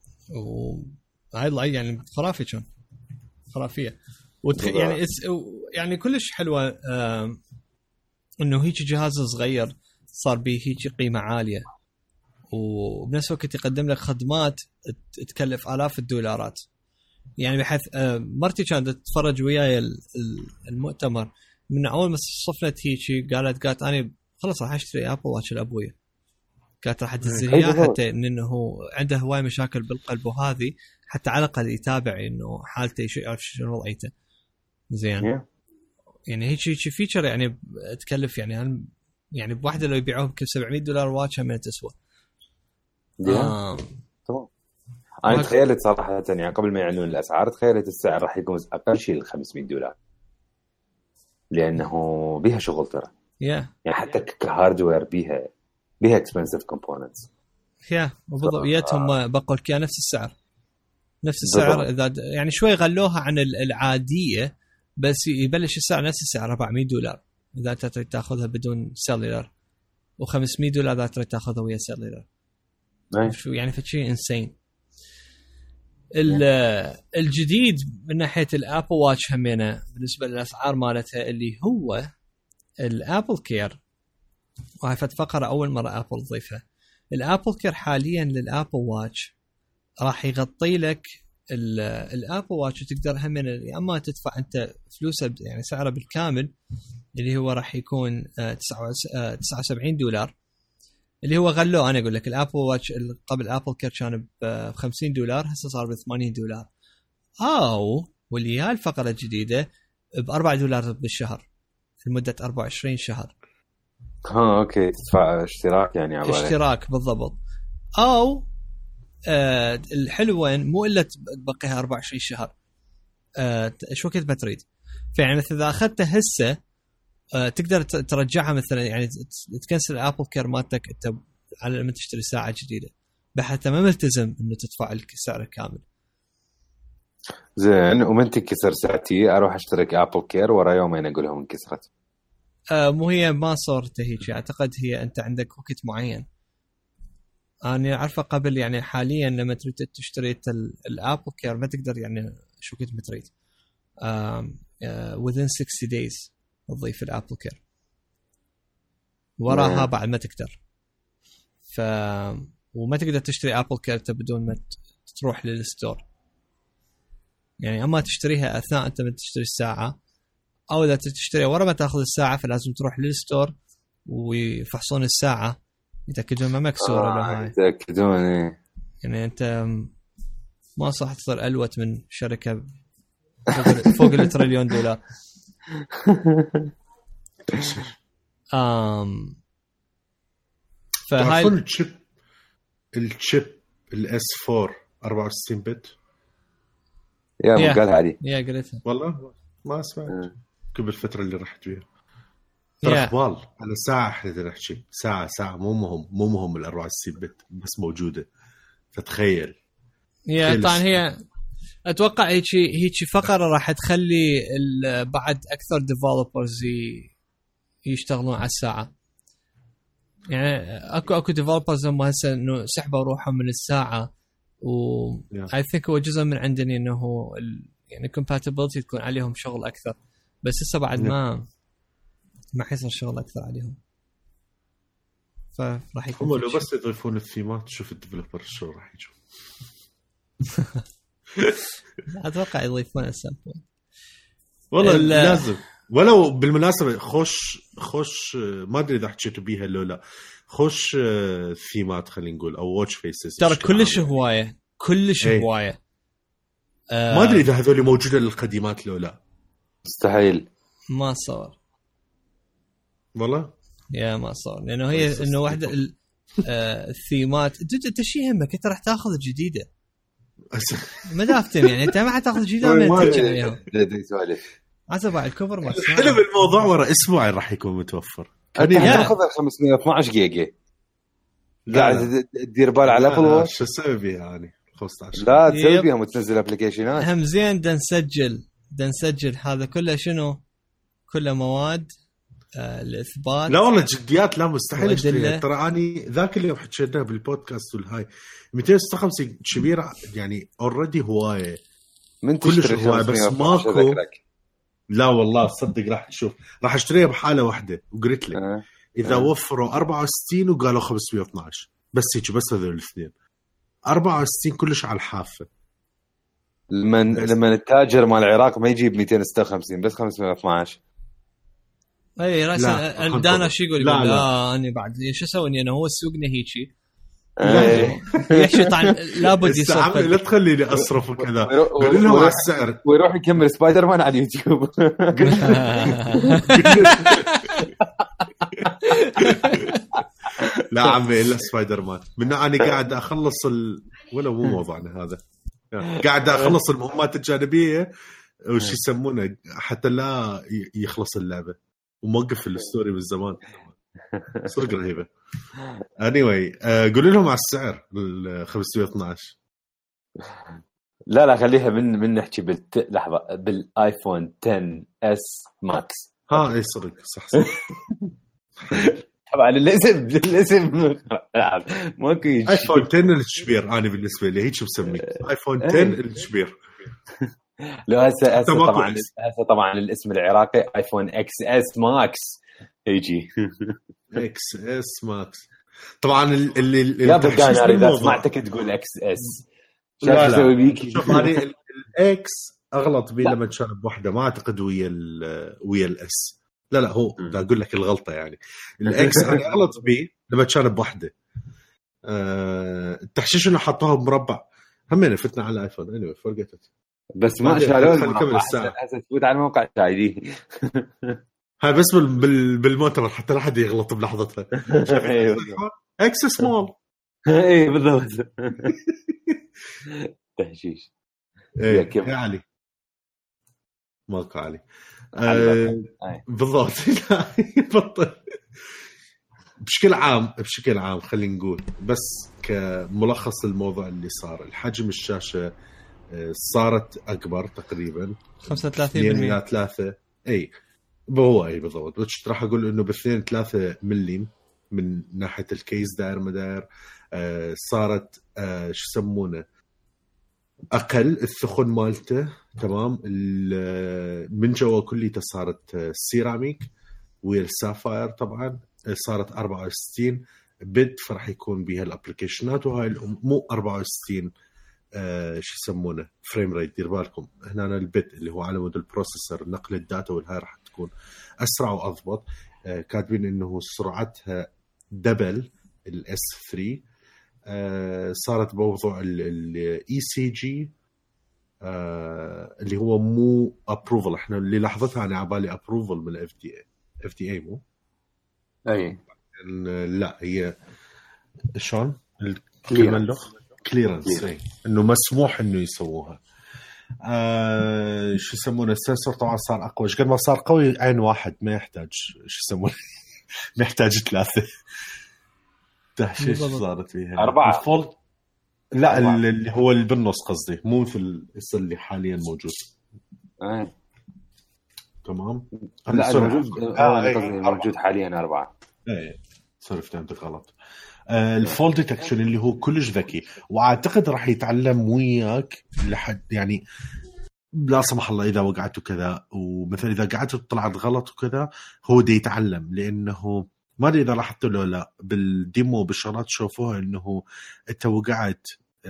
وهاي يعني خرافي، كان خرافيه. يعني كلش حلوه انه هيك جهاز صغير صار به هيك قيمه عاليه، وبنفس الوقت يقدم لك خدمات تكلف آلاف الدولارات. يعني بحيث مرتي كانت تتفرج وياي المؤتمر، من اول ما صفنت هيك قالت انا خلص راح اشتري ابل واتش لابويا. قالت راح ادزها اياه حتى انه عنده هواي مشاكل بالقلب وهذه، حتى على الاقل يتابع انه حالته يعرف شنو وضعيته زين. يعني هيك فيتشر يعني تكلف يعني بواحده لو يبيعوه ب $700 واتش ما تسوى. تمام. انا تخيلت صراحه يعني قبل ما يعلنون الاسعار تخيلت السعر راح يكون اقل شيء $500، لانه بيها شغل ترى. يعني حتى كهاردوير بيها expensive components. وبالضبط ياتهم بقوا لك نفس السعر اذا يعني شوي غلوها عن العاديه، بس يبلش السعر نفس السعر $400 اذا تريد تاخذها بدون سيلولر، و$500 اذا تريد تاخذها ويا سيلولر. شو يعني فشي انسين. الجديد من ناحيه الابل واتش همينه بالنسبه للاسعار مالتها اللي هو الابل كير، وهي فقره اول مره ابل تضيفها. الابل كير حاليا للابل واتش راح يغطي لك الابل واتش، وتقدر همين اما تدفع انت فلوسه يعني سعره بالكامل اللي هو راح يكون $79 اللي هو غلوه. انا اقول لك الابل واتش قبل ابل كير كان $50، هسه صار $80، او واللي هي الفقره الجديده $4 بالشهر لمده 24 شهر. اوكي تدفع اشتراك يعني عبالي. اشتراك بالضبط. او الحلوة مو إلا تبقيها 24 شهر، شو وقت ما تريد. فيعني مثل إذا أخذتها هسه تقدر ترجعها مثلا، يعني تكنسل الابل كير مالتك انت على لما تشتري ساعة جديدة، بحتى ما ملتزم انه تدفع السعر الكامل. زين، ومن تكسر ساعتي اروح اشترك ابل كير ورا يومين اقول لهم انكسرت. مو هي ما صارت هيك، اعتقد هي انت عندك وقت معين. أنا أعرفه قبل، يعني حاليا لما تريد تشتري الابل كير ما تقدر يعني شو كنت متريد within 60 days تضيف الابل كير، وراها بعد ما تقدر. وما تقدر تشتري ابل كير بدون ما تروح للستور، يعني اما تشتريها اثناء انت من تشتري الساعه، او اذا تشتري ورا ما تاخذ الساعه فلازم تروح للستور ويفحصون الساعه يتاكدون ما مكسوره ولا هاي. يتاكدون يعني انت ما صح تصير الوت من شركه فوق $1 تريليون. فهاي الشيب الاس 4 64 بت يا قالها عادي. يا قريتها والله ما سمعت قبل الفتره اللي رحت فيها. اخبال على ساعه احنا نحكي ساعه مو مهم ال 64 بت بس موجوده، فتخيل. طبعا هي اتوقع هيك فقره راح تخلي بعد اكثر ديفلوبرز يشتغلون على الساعه. يعني اكو ديفلوبرز هم هسه انه سحبوا روحهم من الساعه اي ثينك هو جزء من عندنا انه يعني compatibility تكون عليهم شغل اكثر، بس هسه بعد ما حيصير شغل اكثر عليهم، فراح يكون هم لو بس يضيفون الثيمات شوف الديفلوبر شو راح يجوا. اتوقع يضيفون السامبل والله لازم. ولو بالمناسبه خوش ما ادري اذا حكيتوا بيها لو لا، خوش ثيمات خلينا نقول او واتش فيسز ترى كلش هوايه هوايه. ما ادري اذا هذول موجوده للقديمات لو لا، مستحيل ما صار والله يا ما صار، لانه هي انه واحده الثيمات انت شي همك انت راح تاخذ جديده ما دافتم يعني انت ما حتاخذ جديده من تجي عزبا الكفر ما حلو بالموضوع ورا اسبوعين راح يكون متوفر. تاخذ 512 جيجا قاعد تدير بال على ابل شو اسوي بيها يعني 15 لا تسوي بيها وتنزل ابلكيشنات هم زين نسجل هذا كله شنو كله مواد الاثبات. لا والله جديات لا مستحيل اشتريها ترى. اني ذاك اليوم حكيناها بالبودكاست والهاي 256 كبيره يعني اوريدي هوايه من كلش هوايه بس ماكو. لا والله صدق راح تشوف راح اشتريها بحاله واحده وقلت لك اذا وفروا 64 وقالوا 512 بس هيك بس هذول الاثنين 64 كلش على الحافه. لما التاجر مال العراق ما يجيب 256 بس 512. اي راس دانا شو يقول لا اني بعد شو اسوي انا هو سوقنا هيجي يحشي طعن لابد يصرف لا تخليني اصرف وكذا قول لهم على السعر ويروح يكمل سبايدر مان على اليوتيوب. لا عمي الا سبايدر مان من انا قاعد اخلص ولا مو موضوعنا هذا قاعد اخلص المهمات الجانبيه وش يسمونه حتى لا يخلص اللعبه وموقف الستوري من زمان صدق رهيبه. anyway قولوا لهم على السعر ال 512. لا خليها من نحكي لحظه بالايفون 10 اس ماكس. اي صدق صح طبعا الاسم ماكو ايفون 10 الكبير. انا بالنسبه لي هيك مسمي ايفون 10 الكبير. لو هسه طبعا الاسم العراقي ايفون اكس اس ماكس يجي اكس اس ماكس. طبعا اللي اذا سمعتك تقول اكس اس شو تسوي بيك؟ شوف هذه الاكس اغلط بيه لما تشرب بوحده ما اعتقد ويا الاس. لا هو دا اقول لك الغلطه يعني الاكس انا اغلط بيه لما تشرب بوحده. التحشيش انه حطوها بمربع همين فتنا على الايفون اني فرقتت بس ما شالوه هسه تفوت على الموقع شايدي هاي بس بالموتر حتى لا حد يغلط بلحظتها. اكس سمول اي بالضبط تحشيش يا علي ماكو علي بالضبط. بطل بشكل عام خلينا نقول بس كملخص الموضوع اللي صار الحجم الشاشة صارت أكبر تقريبا 35 اي هو اي بالضبط. بس راح أقول إنه ب2-3 ملم من ناحية الكيس داير مداير. صارت شو يسمونه أقل الثخن مالته تمام. من جوا كليته صارت سيراميك والسافاير طبعا صارت 64 بت فرح يكون بها الابليكيشنات وهاي مو 64 شو يسمونه فريم ريت. دير بالكم هنا البت اللي هو على مود البروسيسور نقل الداتا والهاي راح تكون اسرع واضبط. كاتبين انه سرعتها دبل الاس 3. صارت بوضوع الاي سي جي اللي هو مو ابروفل. احنا اللي لاحظتها انا عبالي ابروفل من اف دي اي مو اي لا هي شلون كليرنس انه مسموح انه يسووها. شو يسمونه السنسور طبعا صار اقوى. قد ما صار قوي عين واحد ما يحتاج شو يسمونه ما يحتاج 3 تحشيش صارت فيها 4 الفول. لا اللي هو اللي بالنص قصدي مو مثل اللي حاليا موجود. تمام لا موجود حاليا 4. سوري فهمتك غلط. الفول ديتكشن اللي هو كلش ذكي، واعتقد راح يتعلم وياك لحد يعني لا سمح الله اذا وقعت وكذا، ومثلا اذا قعدت وطلعت غلط وكذا هو دي يتعلم. لانه ما ادري اذا لاحظت له لا بالديمو بالشغلات شوفوها انه انت وقعت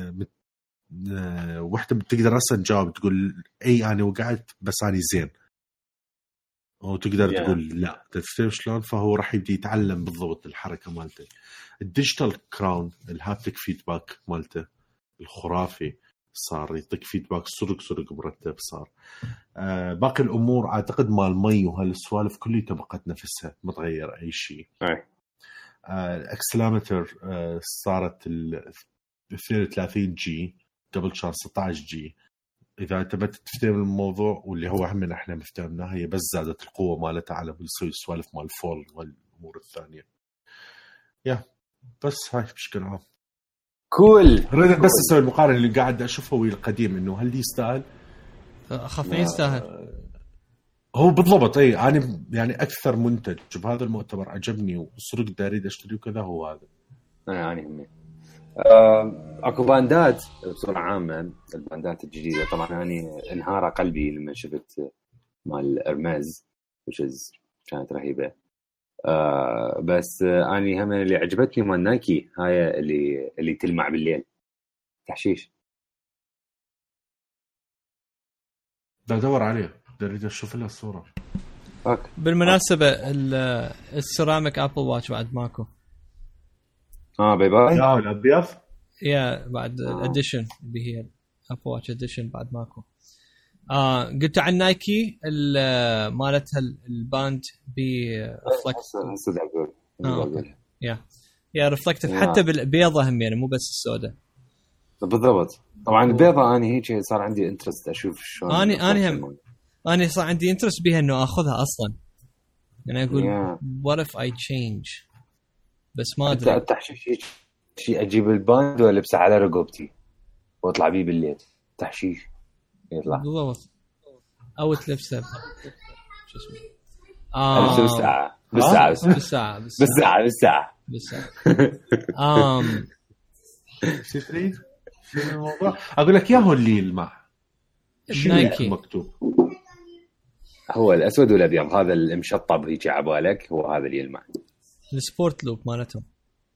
وحده بتقدر اصلا تجاوب تقول اي انا وقعت بس اني زين، وتقدر تقول لا تفهم شلون. فهو راح يبدي يتعلم بالضبط الحركه مالته. الديجيتال كراون الهابتيك فيدباك مالته الخرافي، صار يعطيك فيدباك صدق مرتب صار. باقي الامور اعتقد مال مي وهالسوالف كلها بقت نفسها ما تغير اي شيء. الاكسلامتر صارت ال 32 جي قبل كان 16 جي. اذا انت تفتهم الموضوع واللي هو هم احنا مفتهمناه، هي بس زادت القوه مالتها على بيصير السوالف مال الفول والامور الثانيه. يا بس هاي بشكل عام كول. ريت بس اسوي المقارنه اللي قاعد اشوفه ويا القديم انه هل دي يستاهل؟ اخاف يستاهل. هو بالضبط اي انا يعني اكثر منتج بهذا المؤتمر عجبني وصرت داري اشتري وكذا هو هذا. يعني همي اكو باندات بصوره عامه، الباندات الجديده طبعا انا انهار قلبي لما شفت مال ارماز كانت رهيبه. بس اني هم اللي عجبتني مال نايكي هاي اللي تلمع بالليل تحشيش. بدور عليه اريد اشوف لها الصوره. بالمناسبه السيراميك ابل واتش بعد ماكو. باي لا الابيض يا بعد الاديشن اللي هي ابل واتش اديشن بعد ماكو. قلت عن نايكي مالتها الباند برفلكت يا رفلكتيف حتى بالبيضه هم يعني مو بس السوداء. بالضبط. طبعا البيضه انا هيك صار عندي انترست اشوف شلون. انا صار عندي انترست بها انه اخذها اصلا. يعني اقول what if I change بس ما ادري. تحشيش شيء اجيب الباند والبسه على رقبتي واطلع بيه بالليل تحشيش يطلع بالضبط. او تلبسه شو اسمه بالساعه تدري الموضوع اقول لك ياهو اللي يلمع نايكي مكتوب هو الاسود والابيض هذا المشطب هيك عبالك هو هذا اللي يلمع السبورت لوب مالتهم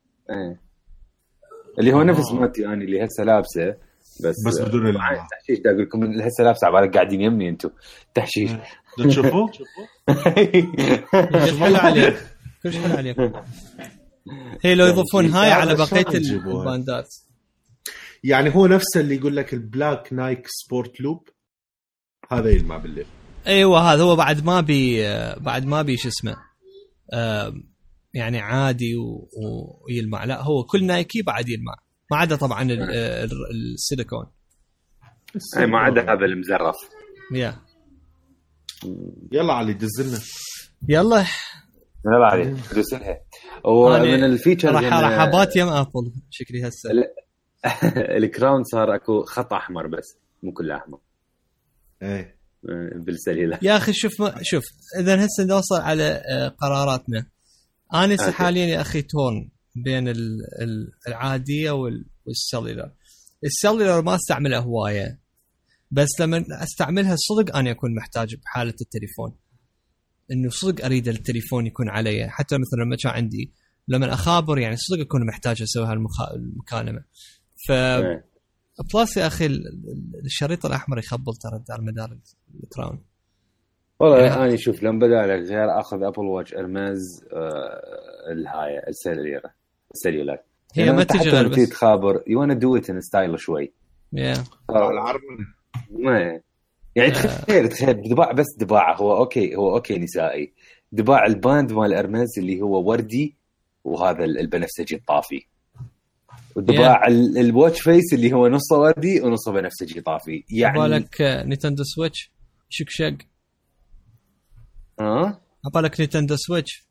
اللي هو نفس مالتي يعني اللي هسه لابسه بس بدون اللمع. تحشيش دا اقول لكم اللي هسه لابسه عبالك قاعدين يمي انتم تحشيش تشوفوا حلو عليك كل شيء حلو عليك. هي لو يضيفون هاي على بقيه الباندات يعني هو نفسه اللي يقول لك البلاك نايك سبورت لوب هذا يلمع بالليل. ايوه هذا هو بعد ما بي شو اسمه يعني عادي ويلمع. لا هو كل نايكي بعد يلمع ما عدا طبعا السيليكون ما عدا هذا المزرف. يلا علي دزلنا يلا علي دزلها. ومن الفيتشرز راح ابات يم ابل شكلي هسه الكراون صار اكو خط احمر بس مو كله احمر بالسليله. يا اخي شوف اذا هسه نوصل على قراراتنا. انا حاليا يا اخي تون بين العاديه والسلولر. السلولر ما استعملها هوايه بس لما استعملها صدق انا اكون محتاج بحاله التليفون انه صدق اريد التليفون يكون علي. حتى مثلا لما كان عندي لما اخابر يعني صدق اكون محتاج اسوي هالمكالمه. ف بلاس يا اخي الشريط الاحمر يخبل ترى دار مدار الكراون. والله يعني انا شوف لما بدالك غير اخذ ابل واتش ارماز الهاي السلولار هي ما تجي غير بس تخابر يو وانا دو ات ان ستايل شوي العرض ما يعني تخيل دباع بس دباعه هو اوكي نسائي. دباع الباند مال ارماز اللي هو وردي وهذا البنفسجي الطافي. ودباع الواتش فيس اللي هو نصه وردي ونصه بنفسجي طافي. يعني بالك نينتندو سويتش شق بالك نينتندو سويتش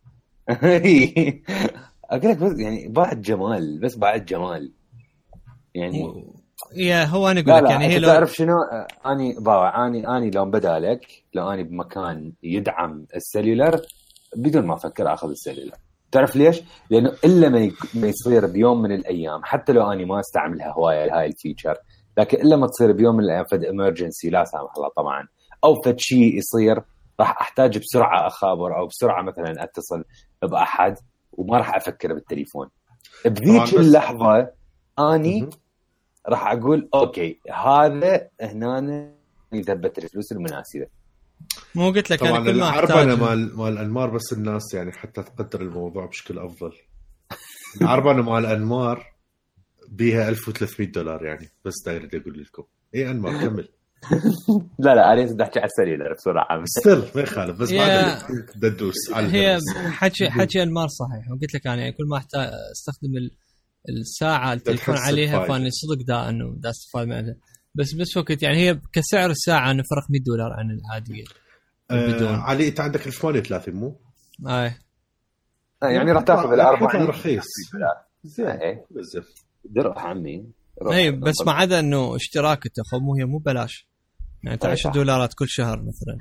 اقول لك بس يعني بعد جمال يعني يا هو انا اقول لك يعني هي لو تعرف شنو اني لو بدالك لو اني بمكان يدعم السلولر بدون ما افكر اخذ السلولر تعرف ليش؟ لانه الا ما يصير بيوم من الايام، حتى لو اني ما استعملها هوايه هاي الفيتشر، لكن الا ما تصير بيوم من الايام فد امرجنسي لا سامح الله طبعا، او فد شيء يصير راح احتاج بسرعه اخابر او بسرعه مثلا اتصل باحد وما راح افكر بالتليفون بذيك اللحظه، اني راح اقول اوكي هذا هنا يثبت الفلوس المناسبه. مو قلت لك طبعا انا كل ما احتاج مال الانمار، بس الناس يعني حتى تقدر الموضوع بشكل افضل. العربانه مال الانمار بيها $1300 يعني، بس داير اقول لكم ايه انمار كمل. لا انا بدي احكي على السريع بسرعه ستيل ما يخالف، بس بعد بدوس على هي حكي انمار صحيح. وقلت لك انا كل ما احتاج استخدم الساعه التليفون عليها فاني صدق دا انه دا استفاد منها، بس وقت يعني هي كسعر الساعه انه فرق $100 عن العاديه. علي انت عندك 38 مو؟ يعني راح تاخذ الاربعه رخيص ايه درق عمي. اي بس ما عدا انه اشتراك التخم هي مو بلاش يعني $10 كل شهر مثلا.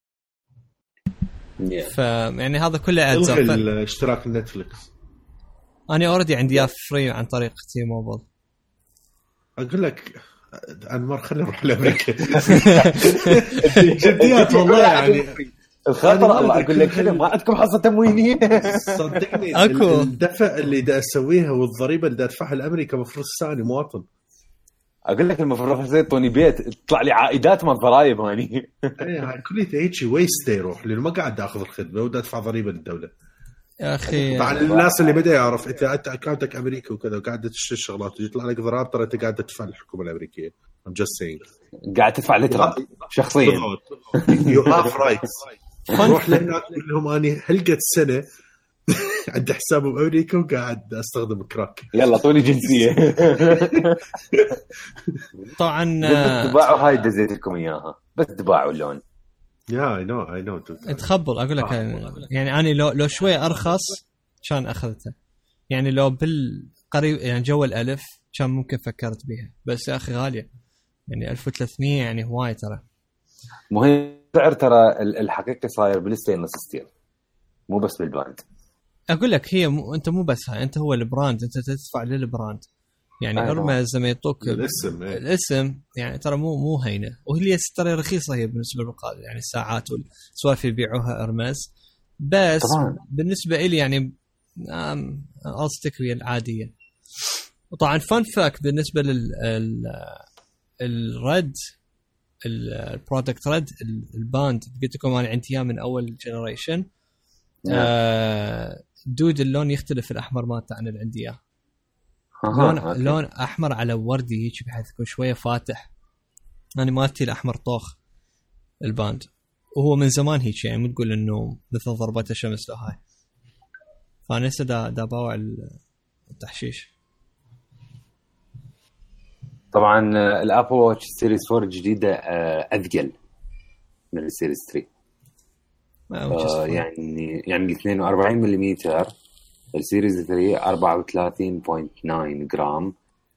يعني هذا كله ادز اشتراك نتفليكس. انا اوريدي عندي فري عن طريق تي موبايل. اقول لك انمار خلينا نروح لامريكا. جديات والله يعني الخطر. الله اقول لك كذا ما عندكم حصه تموينيه. صدقني اكو الدفع اللي دا اسويها والضريبه اللي دا ادفعها لامريكا مفروض ثاني مواطن. اقول لك المفروض يعطوني بيت يطلع لي عائدات من ضرائب هاني. اي هاي كلها هيك ويست يروح لانه ما قاعد اخذ الخدمه ودا ادفع ضريبه للدوله. يا اخي طبعا الناس اللي بدا يعرف انت اكونتك امريكي وكذا وقاعد تشتري شغلات ويطلع لك ضرائب، ترى انت قاعد تدفع للحكومه الامريكيه. I'm just saying قاعد تدفع لترامب شخصيا. you have rights. روح لهناك قول لهم اني هلقت سنه عندي حساب بامريكا وقاعد استخدم كراك، يلا طولي جنسيه. طبعا تباعوا هاي دزيت لكم اياها بس تباعوا اللون. يا اي نو تخبل. اقول لك يعني انا لو شوي ارخص كان اخذتها، يعني لو بالقريب يعني جو الالف كان ممكن فكرت بيها، بس يا اخي غاليه يعني 1300 يعني هواي ترى. مهم سعر ترى الحقيقي صاير بالستينلس ستيل مو بس بالبراند. اقول لك هي انت مو بس انت هو البراند، انت تدفع للبراند يعني ارمز لما يعطوك الاسم يعني ترى مو هينه، وهي ترى رخيصه هي بالنسبه للمقابل يعني الساعات والسوالف يبيعوها ارمز، بس طبعاً. بالنسبه لي يعني الستيكريه العاديه. وطبعا فان فاك بالنسبه للريد البرودكت ريد الباند قلت لكم انا عندي اياه من اول جنريشن. دود اللون يختلف الاحمر مالته عن اللي عندي اياه. لون احمر على وردي هيك بحيث يكون شويه فاتح. انا مالتي الاحمر طوخ الباند، وهو من زمان هيك يعني مو تقول انه مثل ضربة الشمس له هاي. فانا هسه دا باوع التحشيش. طبعا الابل واتش سيريز 4 الجديده اثقل من السيريز 3. يعني 42 ملم، السيريز 3 34.9 جرام،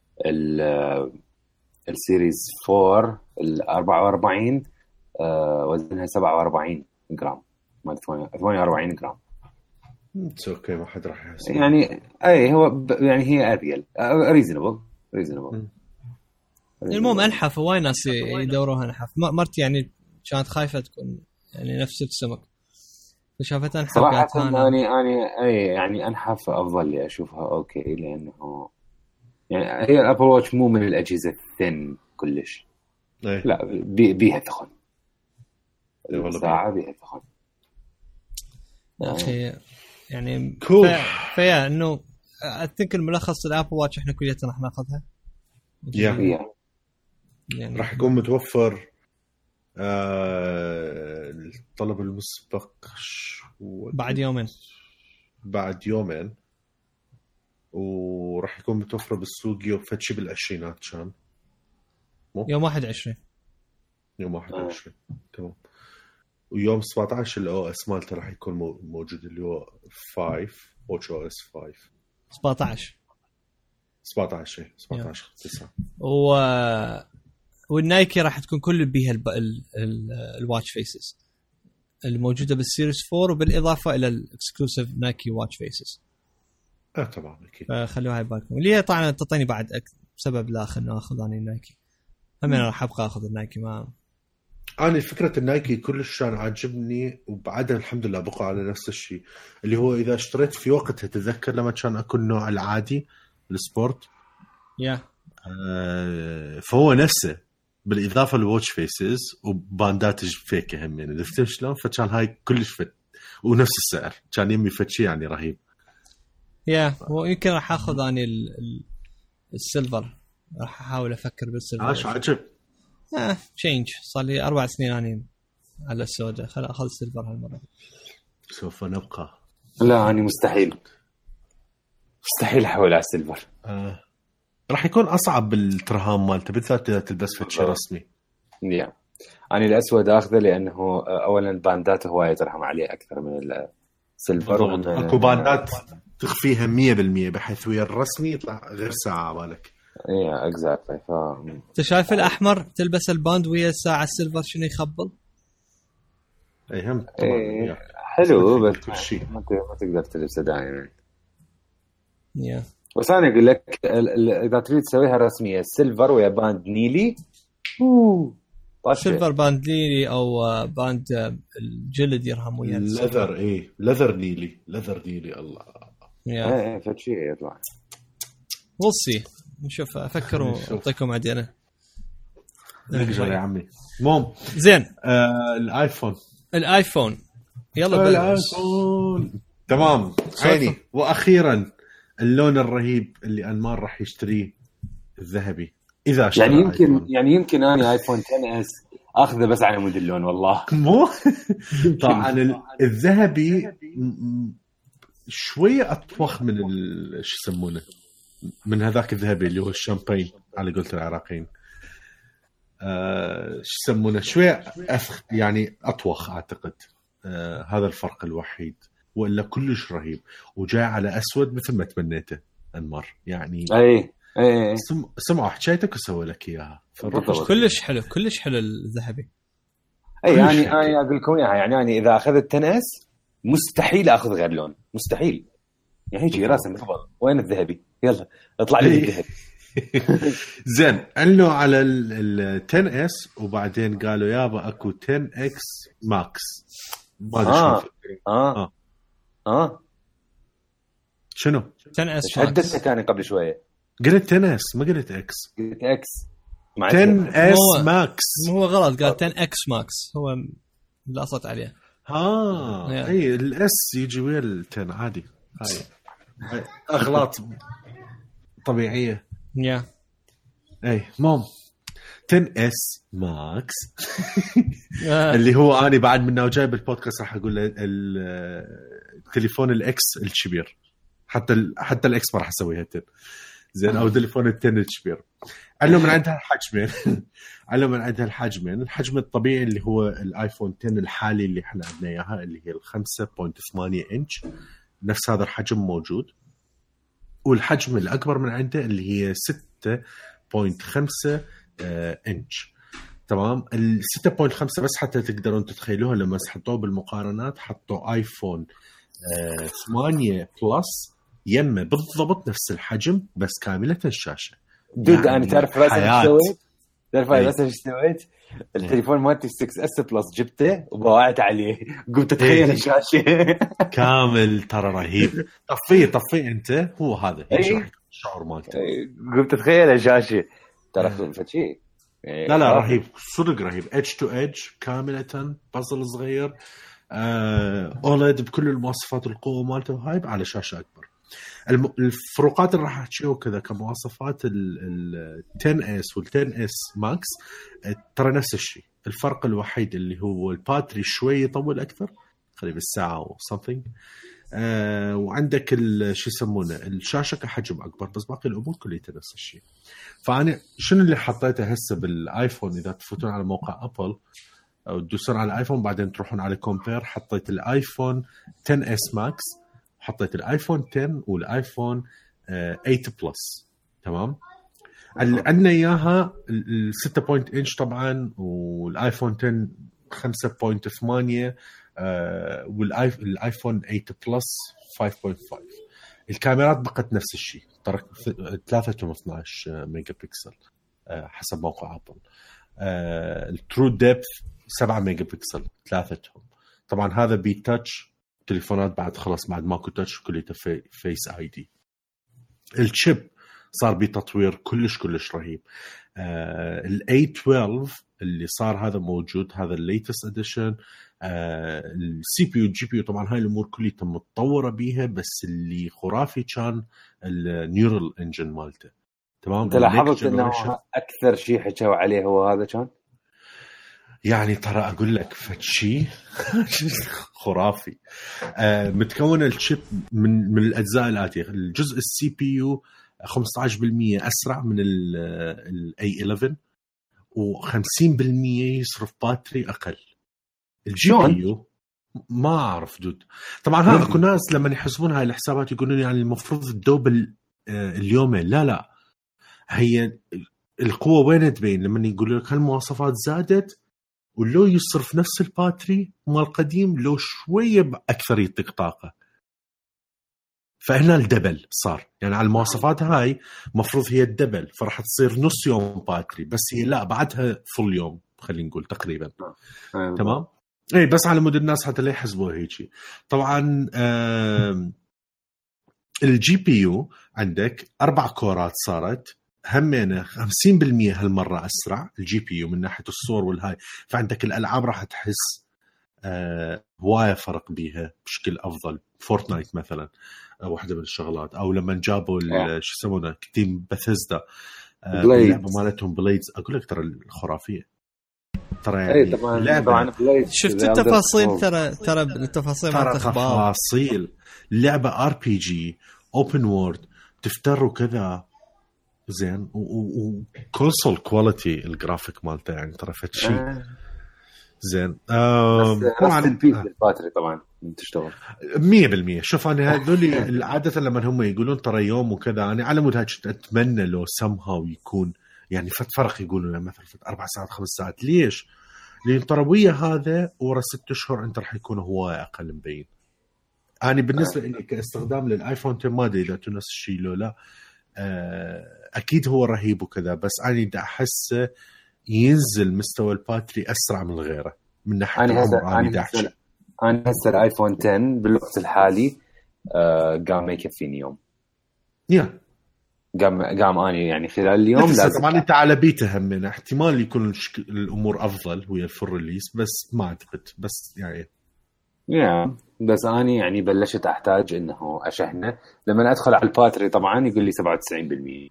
السيريز 4 44 وزنها 47 جرام ما 48 جرام. اوكي ما حد راح يحسب يعني اي هو يعني هي اثقل ريزونبل. المهم انحف وايد ناس يدوروها انحف. مرتي يعني كانت خايفه تكون يعني نفس السمك فشافتها انحف. صراحه اني يعني انحف افضل لي اشوفها اوكي، لانه يعني هي الابل واتش مو من الاجهزه الثن كلش. لا بيها ثقل الساعه بيها ثقل يعني فيا انه اتذكر الملخص الابل واتش احنا كلياتنا راح ناخذها يعني راح يكون متوفر الطلب المسبق بعد يومين وراح يكون متوفر بالسوق يوم فتشي بالعشرينات كان يوم 21 تمام. ويوم 17 الاو اس مالته راح يكون موجود اللي هو 5 واتش او اس 5 17 9 والنايكي راح تكون كل بيها الواتش فيسز. الموجوده بالسيريس 4 وبالاضافه الى الاكسكلوسيف نايكي واتش فيسز. طبعا اكيد. فخلوها بالكم. اللي هي طبعا تعطيني بعد سبب لا خلنا اخذ اني النايكي. انا راح ابقى اخذ النايكي. ما انا فكره النايكي كلش كان عاجبني، وبعدها الحمد لله بقى على نفس الشيء اللي هو اذا اشتريت في وقتها تتذكر لما كان اكون النوع العادي السبورت فهو نفسه بالاضافه للواتش فيسز وباندات فيكه هم يعني عرفت شلون. فكان هاي كلش فت ونفس السعر كان يمي فتشي يعني رهيب. ويمكن راح اخذ اني السيلفر. راح احاول افكر بالسيلفر. عجب تشينج. صار لي 4 سنين اني على السودا. خل اخذ السيلفر هالمره. سوف نبقى. لا اني مستحيل احول على السيلفر. راح يكون اصعب بالترهام مالته بالذات اذا تلبس فتشي رسمي. يعني الاسود اخذه لانه اولا بانداته هوايه ترحم عليه اكثر من السيلفر. اكو باندات تخفيها 100% بحيث ويا الرسمي يطلع غير ساعه بالك. اكزاكتلي. انت شايف الاحمر تلبس الباند ويا الساعه السيلفر شنو يخبل؟ هم حلو بس ما تقدر تلبسه دائما. بس انا اقول لك اذا تريد تسويها رسميه السيلفر ويا باند نيلي سيلفر باند نيلي او باند الجلد يرهم ويا الليذر. ليذر نيلي الله فتشي يطلع وصي نشوف. افكر واعطيكم عدينا نقدر يا عمي. مو زين. الايفون يلا الايفون تمام عيني. واخيرا اللون الرهيب اللي انمار راح يشتريه الذهبي اذا اشترى يعني يمكن انا ايفون 10 اس اخذه بس على مود اللون. والله مو طبعا الذهبي شويه اطوخ من شو يسمونه من هذاك الذهبي اللي هو الشامبين على قولة العراقيين. شو يسمونه شويه يعني اطوخ اعتقد. هذا الفرق الوحيد ولا كلش رهيب وجاء على اسود مثل ما تمنيته انمر يعني. سمعوا حكايتك وسوي لك اياها. كلش حلو الذهبي. يعني انا اقول لكم اياها. يعني اذا اخذت 10 اس مستحيل اخذ غير لون. مستحيل. يعني يجي راسم خبر وين الذهبي يلا اطلع لي الذهبي. زين قالوا على ال 10 اس وبعدين قالوا يابا اكو 10 اكس ماكس. ما ادري شنو 10 اس حدثتك انا قبل شويه. قلت 10 اس ما قلت اكس. قلت اكس 10 اس ماكس. هو غلط قال 10 اكس ماكس. هو اللي قصت عليه. اي الاس يجي ويا ال 10 عادي. هاي اغلاط طبيعيه. اي مام 10 اس ماكس اللي هو اني بعد منه جاي بالبودكاست راح اقول التليفون الاكس الكبير. حتى الاكس ما راح اسويها 10 زين او تليفون ال 10 الكبير. علو من عندها الحجمين. الحجم الطبيعي اللي هو الايفون 10 الحالي اللي احنا عندنا اياها اللي هي 5.8 انش. نفس هذا الحجم موجود. والحجم الاكبر من عنده اللي هي 6.5 انش. تمام. ال 6.5 بس حتى تقدرون تتخيلوها لما حطوه بالمقارنات حطوا ايفون 8 بلس يمه بالضبط نفس الحجم بس كامله الشاشه. دود يعني انا تعرف راسي ايش سويت؟ التليفون مالتي 6 اس بلس جبته وبوعت عليه قمت اتخيل الشاشه كامل. ترى رهيب. طفيه انت هو هذا الشعور مالته. قمت اتخيل الشاشه ترى فشي. لا رهيب صدق رهيب. اتش تو اتش كامله بازل صغير اولد بكل المواصفات القوه مالته هاي على شاشه اكبر. الفروقات اللي راح احكيها كذا كمواصفات ال 10 اس وال 10 اس ماكس ترى نفس الشيء. الفرق الوحيد اللي هو الباتري شوي يطول اكثر قريب الساعه او something. وعندك شو يسمونه الشاشه كحجم اكبر بس باقي الامور كلها نفس الشيء. فانا شنو اللي حطيته هسه بالايفون اذا تفوتون على موقع ابل او تدوسون على الايفون بعدين تروحون على كومبير حطيت الايفون 10 اس ماكس حطيت الايفون 10 والايفون 8 بلس. تمام. عندنا اياها ال 6 انش طبعا والايفون 10 5.8 والايفون 8 بلس 5.5. الكاميرات بقت نفس الشيء، ترك 312 ميجا بكسل حسب موقع ابل. الترو ديبث 7 ميجا بكسل ثلاثتهم. طبعا هذا بي تاتش، تليفونات بعد خلاص بعد ماكو تاتش كليته فيس اي دي. الشيب صار بتطوير كلش رهيب. ال A12 اللي صار هذا موجود، هذا الليتست اديشن. السي بي يو الجي بي يو طبعا هاي الامور كلها متطوره بيها، بس اللي خرافي كان النيورال انجن مالته. تمام. انت لاحظت انه اكثر شيء حكوا عليه هو هذا كان يعني ترى اقول لك فشي خرافي. متكون الشيب من الاجزاء الاتيه. الجزء السي بي يو 15% اسرع من ال A11 و50% يصرف باتري اقل. الجي بي يو ما اعرف دود. طبعا ها اكو ناس لما يحسبون هاي الحسابات يقولون يعني المفروض تدوب اليومين. لا هي القوه وين تبين لما يقولوا لك هالمواصفات زادت، ولو يصرف نفس الباتري مال القديم لو شويه اكثر يعطيك طاقه. فهنا الدبل صار يعني على المواصفات هاي مفروض هي الدبل، فرح تصير نص يوم باتري، بس هي لا بعدها فل يوم خلينا نقول تقريبا. تمام. اي بس على مود الناس حتى لا يحسبوها هيك. طبعا الجي بي يو عندك 4 كورات صارت همينه 50% هالمره اسرع الجي بي يو من ناحيه الصور والهاي. فعندك الالعاب راح تحس هوايه فرق بيها بشكل افضل. فورتنايت مثلا واحده من الشغلات، او لما جابوا شو يسمونه تيم بثيسدا اللعبه مالتهم بليدز، اقول لك ترى الخرافيه ترى يعني. طبعا شفت التفاصيل ترى التفاصيل ما تفاصيل اللعبه ار بي جي اوبن وورد تفتر وكذا زين، وكونسول كواليتي الجرافيك مالته يعني ترى فد شيء زين. طبعا الباتري طبعا تشتغل 100%. شوف انا هذول عاده لما هم يقولون ترى يوم وكذا، انا على مود هاك اتمنى لو سمها يكون يعني فرق يقولون مثلا 4 ساعات 5 ساعات. ليش؟ لان ترى ويا هذا ورا 6 أشهر انت راح يكون هوايه اقل مبين. انا بالنسبه لي كاستخدام للايفون 10 ما ادري اذا نفس الشيء لو لا. اكيد هو رهيب وكذا، بس انا دا احسه ينزل مستوى الباتري اسرع من غيره من ناحيه العمر. انا هسه الايفون 10 بالوقت الحالي قام ما يكفيني يوم. قام اني يعني خلال اليوم لازم. طبعا انت على بيته همنا احتمال يكون الامور افضل ويا الفر ريليس، بس ما اعتقد. بس يعني بس اني يعني بلشت احتاج انه اشحنه. لما ادخل على الباتري طبعا يقول لي 97%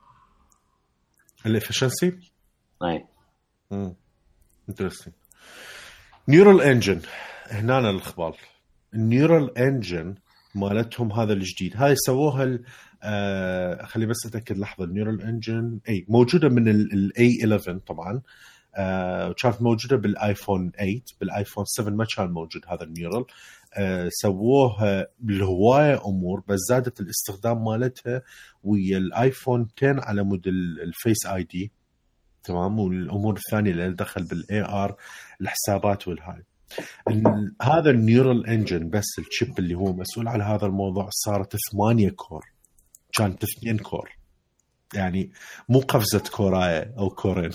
الافشنسي. اي انترستين. نيورال انجن هنا الاخبار. النيورال انجن مالتهم هذا الجديد هاي سووها خلي بس اتاكد لحظه. النيورال انجن اي موجوده من الاي 11 طبعا، وكانت موجوده بالايفون 8. بالايفون 7 ما كان موجود هذا النيورال. سووها بالهوايه امور، بس زادت الاستخدام مالتها ويا الايفون 10 على مود الفيس اي دي. تمام. والامور الثانيه اللي دخل بالاي ار الحسابات والهاي. هذا النيورال انجن بس الشيب اللي هو مسؤول على هذا الموضوع صارت 8 كور، كانت 2 كور يعني مو قفزة كوراية أو كورين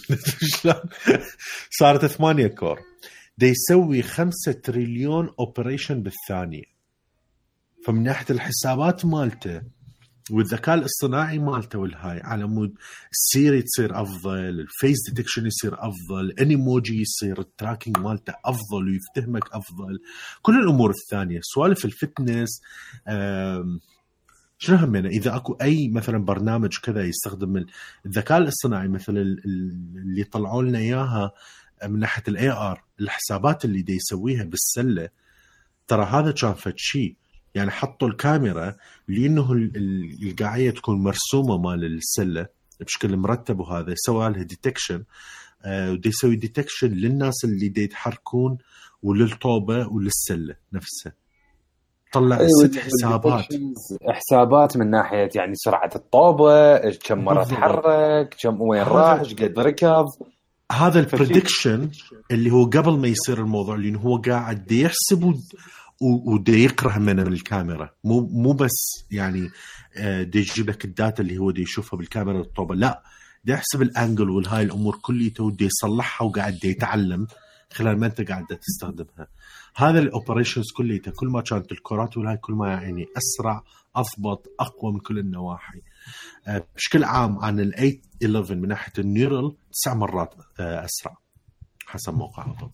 صارت 8 كور. دا يسوي 5 تريليون اوبريشن بالثانية. فمن ناحية الحسابات مالته والذكاء الاصطناعي مالته والهاي على مود السيري تصير أفضل، الفيس ديتكشن يصير أفضل، الانيموجي يصير التراكينج مالته أفضل ويفتهمك أفضل. كل الأمور الثانية سوالف الفتنس شنو همنا إذا أكو أي مثلا برنامج كذا يستخدم الذكاء الاصطناعي مثل اللي طلعوا لنا إياها من ناحية الاي ار، الحسابات اللي دي يسويها بالسلة، ترى هذا كان فد شيء. يعني حطوا الكاميرا لأنه القاعية تكون مرسومة مال السلة بشكل مرتب، وهذا سوى لها ديتكشن ودي يسوي ديتكشن للناس اللي دي يتحركون وللطوبة وللسلة نفسها. طلع 6 حسابات من ناحية يعني سرعة الطوبة، كم مرة تحرك، كم وين راح، ايش قد ركض. هذا البريدكشن اللي هو قبل ما يصير الموضوع، لأنه هو قاعد يحسب وده يقرأ من الكاميرا، مو بس يعني ده يجيب لك الداتا اللي هو ده يشوفها بالكاميرا الطوبة، لا ده يحسب الانجل والهاي الامور كليته وده يصلحها وقاعد ده يتعلم خلال ما انت قاعد تستخدمها. هذا الاوبريشنز كليته كل ما كانت الكرات والهاي كل ما يعني اسرع اضبط اقوى من كل النواحي. بشكل عام عن ال 811 من ناحيه النيورال 9 مرات اسرع حسب موقعه.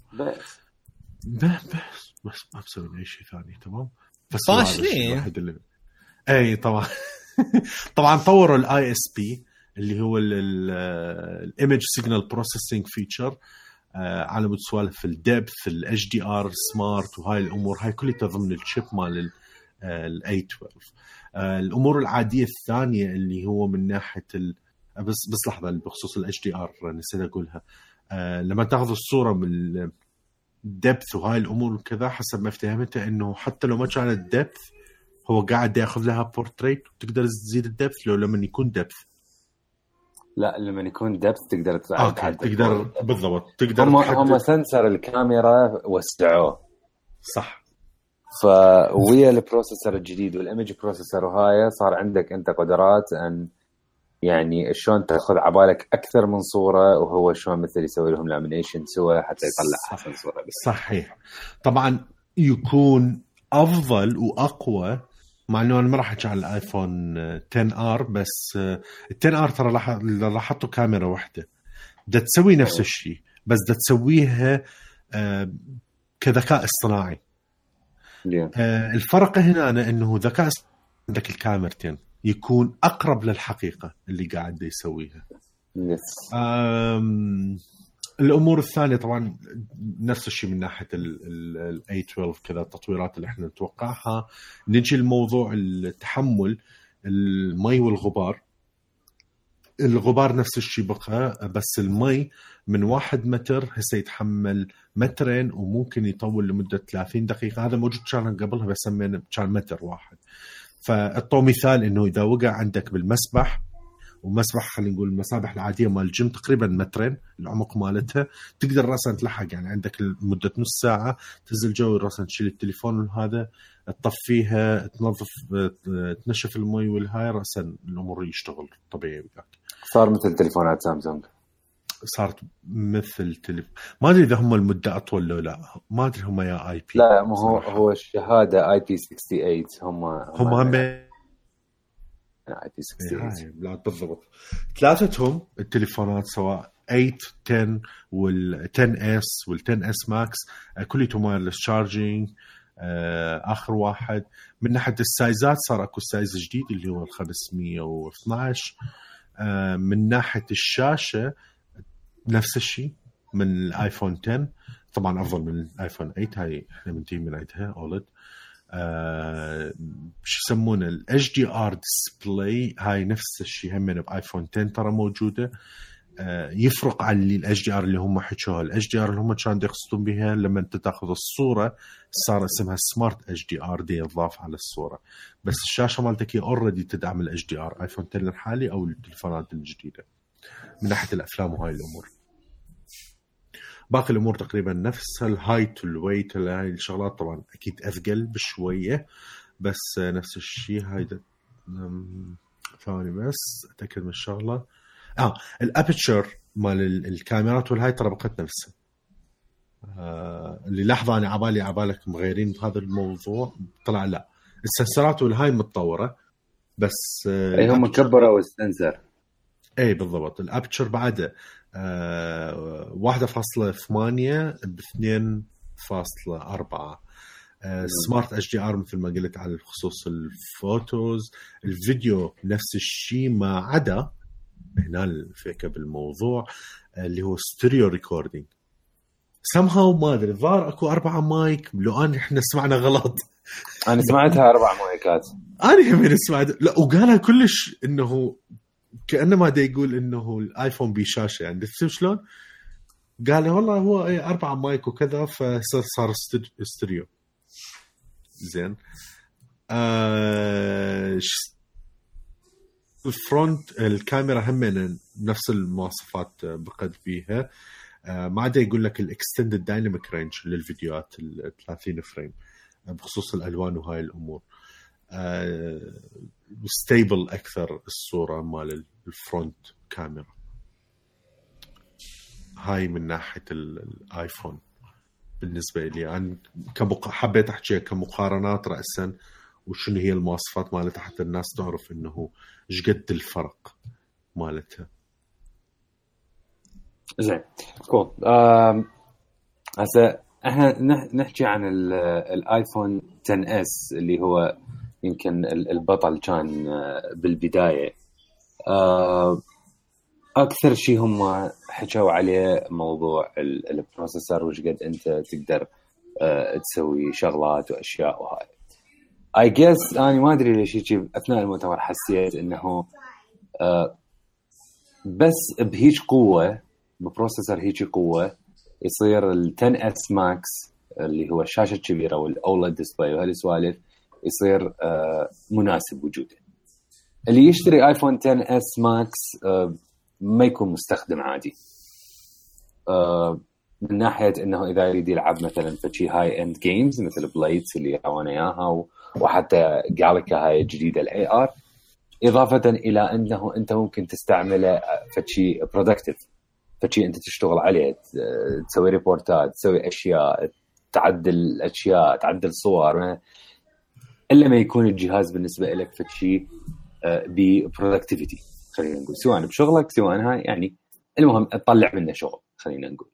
بس ما بسوي اي شيء ثاني. تمام فاشلين. اي طبعا طبعا طوروا الاي اس بي اللي هو الايمج سيجنال بروسيسنج فيتشر على مود سوالف الدبث الاتش دي ار سمارت وهاي الامور هاي كلها ضمن الشيب مال الاي 12. الامور العاديه الثانيه اللي هو من ناحيه بس لحظه بخصوص الاتش دي ار نسيت اقولها. لما تاخذ الصوره من الدبث وهاي الامور وكذا حسب ما فهمته انه حتى لو ما كان الدبث هو قاعد ياخذ لها بورتريت وتقدر تزيد الدبث لو لما يكون دبث. لا لما يكون دبث تقدر تقدر بالضبط تقدر هم سنسر الكاميرا وسعوه صح. فويا البروسيسور الجديد والايمج بروسيسور وهاي صار عندك انت قدرات ان يعني شلون تاخذ عبالك اكثر من صوره وهو شلون مثل يسوي لهم لامينيشن سوا حتى يطلع احسن صوره. بس صحيح طبعا يكون افضل واقوى مع انه انا ما راح احكي على الايفون 10 ار بس ال 10 ار ترى راح حطوا كاميرا واحده بدها تسوي نفس الشيء بس بدها تسويها كذكاء اصطناعي. الفرق هنا انه ذكاء عندك الكاميرتين يكون اقرب للحقيقه اللي قاعد يسويها. الامور الثانيه طبعا نفس الشيء من ناحيه ال A12 كذا التطويرات اللي احنا نتوقعها. نجي الموضوع التحمل المي والغبار. الغبار نفس الشيء بقى بس المي من 1 متر هسه يتحمل 2 متر وممكن يطول لمده 30 دقيقه. هذا موجود كان قبلها بس سمينا كان 1 متر. فالطو مثال انه اذا وقع عندك بالمسبح ومسبح خلينا نقول المسابح العاديه مال الجيم تقريبا 2 متر العمق مالتها تقدر راسا تلحق يعني عندك لمده نص ساعه تنزل جو راسا تشيل التليفون وهذا تطفيها تنظف تنشف المي والهاي راسا الامور يشتغل طبيعي. صار مثل تليفونات سامسونج. صارت مثل ما ادري اذا هم المده اطول لو لا ما ادري هم يا اي بي. لا ما هو الشهاده اي بي 68 هم لا بالضبط ثلاثتهم التليفونات سواء 8 10 وال 10 اس وال 10 اس ماكس كلهم وايرلس شارجينج. اخر واحد من ناحيه السايزات صار اكو سايز جديد اللي هو ال 512. من ناحيه الشاشه نفس الشيء من الايفون 10 طبعا افضل من الايفون 8 هاي احنا منتهي من عندها اولد. شو يسمونه الاتش دي ار ديسبلاي هاي نفس الشيء هم من بايفون 10 ترى موجوده. يفرق عن الاتش دي ار اللي هم حكوها. الاتش دي ار اللي هم كانوا يقصدون بها لما انت تاخذ الصوره صار اسمها سمارت اتش دي ار دي يضاف على الصوره بس الشاشه مالتك هي اوريدي تدعم الاتش دي ار ايفون 10 الحالي او التليفونات الجديده من ناحيه الافلام وهاي الامور. باقي الامور تقريبا نفس الهايت والويت هاي الشغلات طبعا اكيد اثقل بشويه بس نفس الشيء. هايدا ثاني بس اتاكد من الشغله. الابيتشر مال الكاميرات والهاي ترى بقت نفسها. اللي لحظه انا عبالك مغيرين هذا الموضوع طلع لا السنسرات والهاي متطوره بس هم كبروا السنسر. اي بالضبط. الابيتشر بعده 1.8 ب 2.4. سمارت اتش دي ار مثل ما قلت على خصوص الفوتوز. الفيديو نفس الشيء ما عدا هنا الفكره بالموضوع اللي هو ستيريو ريكوردينج somehow ما ادري الظاهر اكو 4 مايك لو ان احنا سمعنا غلط. انا سمعتها 4 مايكات انا هم سمعت لا وقالها كلش انه كأنما دا يقول إنه الآيفون بشاشة يعني تفهم شلون قال والله هو 4 مايك وكذا فصار ستيريو زين. الفرونت الكاميرا هم نفس المواصفات بقد بيها. ما عدا يقول لك الاكستندد دايناميك رينج للفيديوهات ال 30 فريم بخصوص الالوان وهاي الامور. ستيبل اكثر الصوره مال الفرونت كاميرا. هاي من ناحيه الايفون بالنسبه لي انا حبيت احكي كمقارنات راسا وشنو هي المواصفات مالتها حتى الناس تعرف انه ايش قد الفرق مالتها. زين كول. هسه احنا نحكي عن الايفون 10 اس اللي هو يمكن البطل كان بالبدايه. اكثر شيء هم حكوا عليه موضوع البروسيسور وش قد انت تقدر تسوي شغلات واشياء وهاي. I guess أنا ما أدري ليش هيك أثناء المؤتمر حسيت إنه بس بهيج قوة ببروسيسور هيج قوة يصير ال 10s Max اللي هو الشاشة الكبيرة والأولد ديسبلاي وهالسوالف يصير مناسب وجوده. اللي يشتري آيفون 10s Max ما يكون مستخدم عادي من ناحية إنه إذا يريد يلعب مثلا فشي هاي إند جيمز مثل بلايدز اللي هوانا إياها وحتى جالكا هاي الجديدة الأي آر، إضافة إلى أنه أنت ممكن تستعمله فشي برودكتيف، فشي أنت تشتغل عليه، تسوي ريبورتات، تسوي أشياء، تعدل أشياء، تعدل صور، إلا ما يكون الجهاز بالنسبة لك فشي ببرودكتيفيتي خلينا نقول، سواء بشغلك سواء هاي يعني المهم تطلع منه شغل خلينا نقول.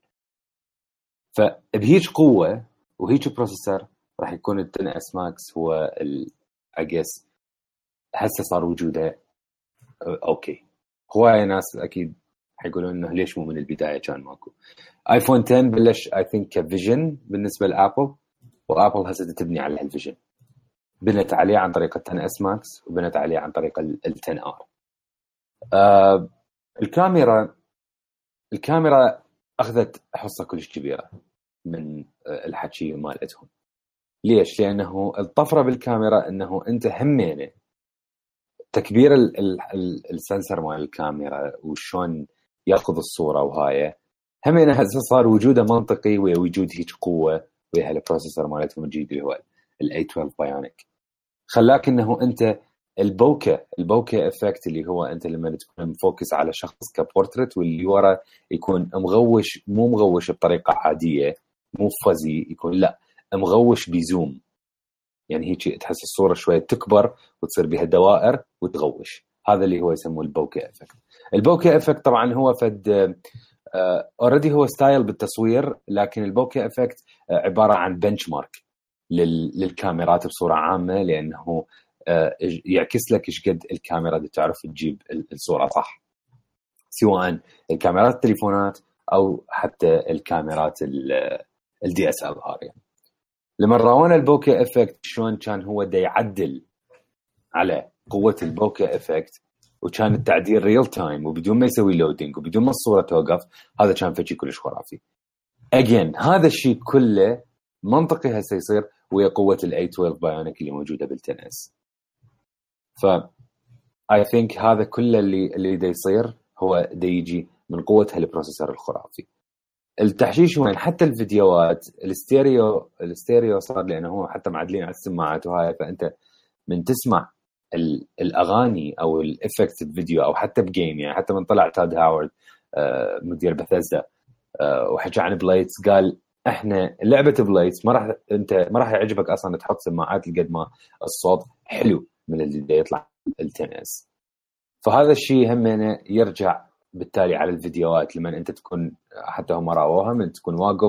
فبهيج قوة وهيج بروسيسور راح يكون ال 10s Max هو I guess هسه صار وجوده اوكي. هواي ناس اكيد حيقولون انه ليش مو من البداية كان ماكو. ايفون 10 بلش I think كفيجن بالنسبة لابل، وابل هسه تبني على هالفيجن، بنت عليه عن طريق ال 10s Max وبنت عليه عن طريق ال 10R. الكاميرا أخذت حصة كلش كبيرة من الحكي مالتهم. ليش؟ لأنه الطفرة بالكاميرا أنه أنت همينه تكبير السنسر مال الكاميرا وشون يأخذ الصورة وهاي همينه هسه صار وجوده منطقي ووجود هيك قوة ويا البروسيسور مالتهم الجديد اللي هو ال A12 بايونيك. خلاك أنه أنت البوكة إفكت اللي هو أنت لما تكون مفوكس على شخص كبورتريت واللي ورا يكون مغوش، مو مغوش بطريقة عادية، مو فزي، يكون لا مغوش بزوم، يعني هيك تحس الصورة شوية تكبر وتصير بها دوائر وتغوش. هذا اللي هو يسموه البوكة إفكت. البوكة إفكت طبعا هو فد already هو ستايل بالتصوير، لكن البوكة إفكت عبارة عن بنشمارك للكاميرات بصورة عامة، لأنه يعكس لك إيش قد الكاميرا دي تعرف تجيب الصورة صح، سواء الكاميرات التليفونات أو حتى الكاميرات الدي اس ال ار. يعني لما راونا البوكة إفكت شلون كان هو دا يعدل على قوة البوكة إفكت، وكان التعديل ريل تايم وبدون ما يسوي لودينج وبدون ما الصورة توقف، هذا كان فشي كلش خرافي. again هذا الشيء كله منطقي هسه يصير ويا قوة ال A12 بايونيك اللي موجودة بال 10s. ف I think هذا كله اللي دا يصير هو دا يجي من قوة هالبروسيسور الخرافي. التحشيش وين حتى الفيديوهات الاستيريو صار، لأنه هو حتى معدلين على السماعات وهاي، فأنت من تسمع الأغاني أو الإفكت بفيديو أو حتى بجيم، يعني حتى من طلع تاد هاورد مدير بثزدا وحكى عن بلايتس، قال احنا لعبة بلايتس ما راح يعجبك أصلا تحط سماعات لقد ما الصوت حلو من اللي يطلع التنس. فهذا الشيء همينه يرجع بالتالي على الفيديوهات لما انت تكون حتى هم راوها من تكون واقف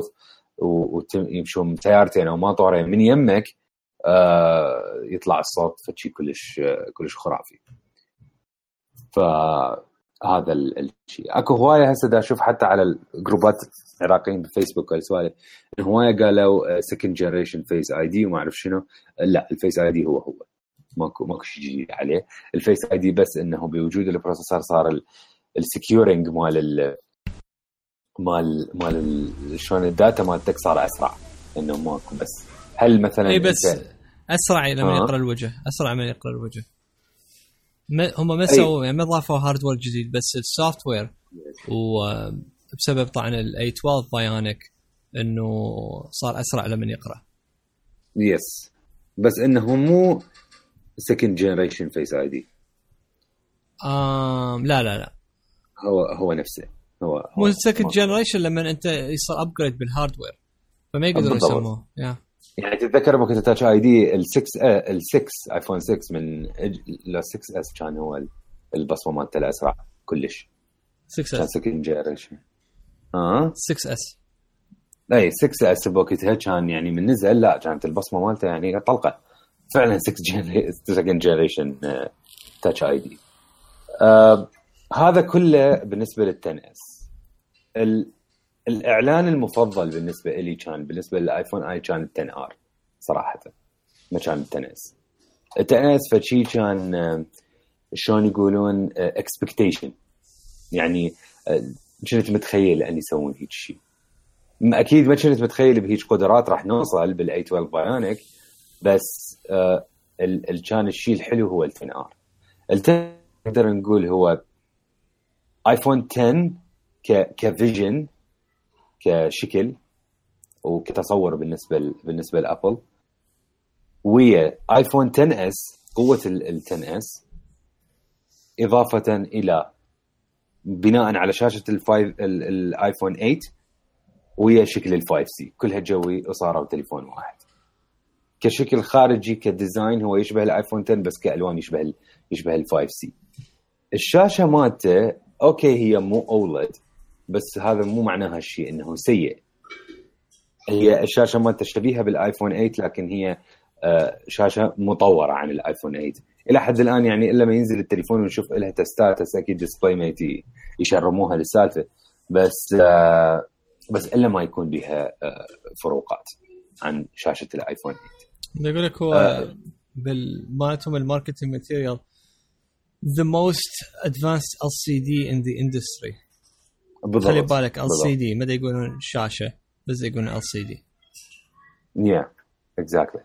ويمشون سيارتين او ماطورين من يمك يطلع الصوت فشي كلش خرافي. فهذا الشيء اكو هوايه هسه دا اشوف حتى على الجروبات العراقيين بفيسبوك والسوالف ان هوايه قالوا سكند جنريشن فيس اي دي وما اعرف شنو. لا، الفيس اي دي هو ماكو شيء جديد عليه. الفيس اي دي بس انه بوجود البروسيسور صار السكيورينج مال شلون الداتا مالتك صار اسرع، انه ماكو بس هل مثلا اي بس اسرع لما يقرا الوجه، اسرع ما يقرا الوجه. هم ما سووا يعني ما ضافوا هاردوير جديد، بس السوفت وير بسبب طبعا الاي 12 بايونيك انه صار اسرع لما يقرا. يس بس انه مو سكند جنريشن فيس اي دي. لا هو نفسه هو مو سكند جنريشن لما انت يصير ابجريد بالهاردوير فما يقدروا يسموه. يعني تتذكر وقت تاتش اي دي ال6 ايفون 6 من لا 6 اس كان هو البصمه مالته الاسرع كلش. 6 كان سكند جنريشن 6 اس اي 6 اس بوقتها كان يعني من نزل لا كانت البصمه مالته يعني طلقه فعلا 6 سكند جنريشن تاتش اي دي. هذا كله بالنسبه لل10 اس. الاعلان المفضل بالنسبه لي كان بالنسبه للايفون اي كان ال10 ار صراحه ما كان ال10 اس. ال10 اس فشي كان شلون يقولون expectation يعني كنت متخيل ان يسوون هيك شيء. اكيد ما كنت متخيل بهيك قدرات راح نوصل بالاي 12 بايونيك بس كان الشيء الحلو هو ال10 ار. ال10 نقدر نقول هو ايفون 10 كفيجن كشكل وكتصور بالنسبه لابل ويا ايفون 10 اس قوه ال10 اس اضافه الى بناء على شاشه الايفون 8 ويا شكل ال5 سي كلها جوي وصاروا تليفون واحد. كشكل خارجي كديزاين هو يشبه الايفون 10 بس كالوان يشبه ال5 سي. الشاشه مالته اوكي هي مو اولد بس هذا مو معناها الشيء انه سيء. هي الشاشه مالته شبيهه بالايفون 8 لكن هي شاشه مطوره عن الايفون 8 الى حد الان. يعني الا ما ينزل التليفون ونشوف لها تستات اكيد ديسبلاي ميت يشرموها للسالفه بس الا ما يكون بها فروقات عن شاشه الايفون 8. يقول لك هو بالمالتهم الماركتينج ماتيريال the most advanced LCD in the industry. خلي بالك LCD ما يقولون شاشه بس يقولون LCD. yeah exactly.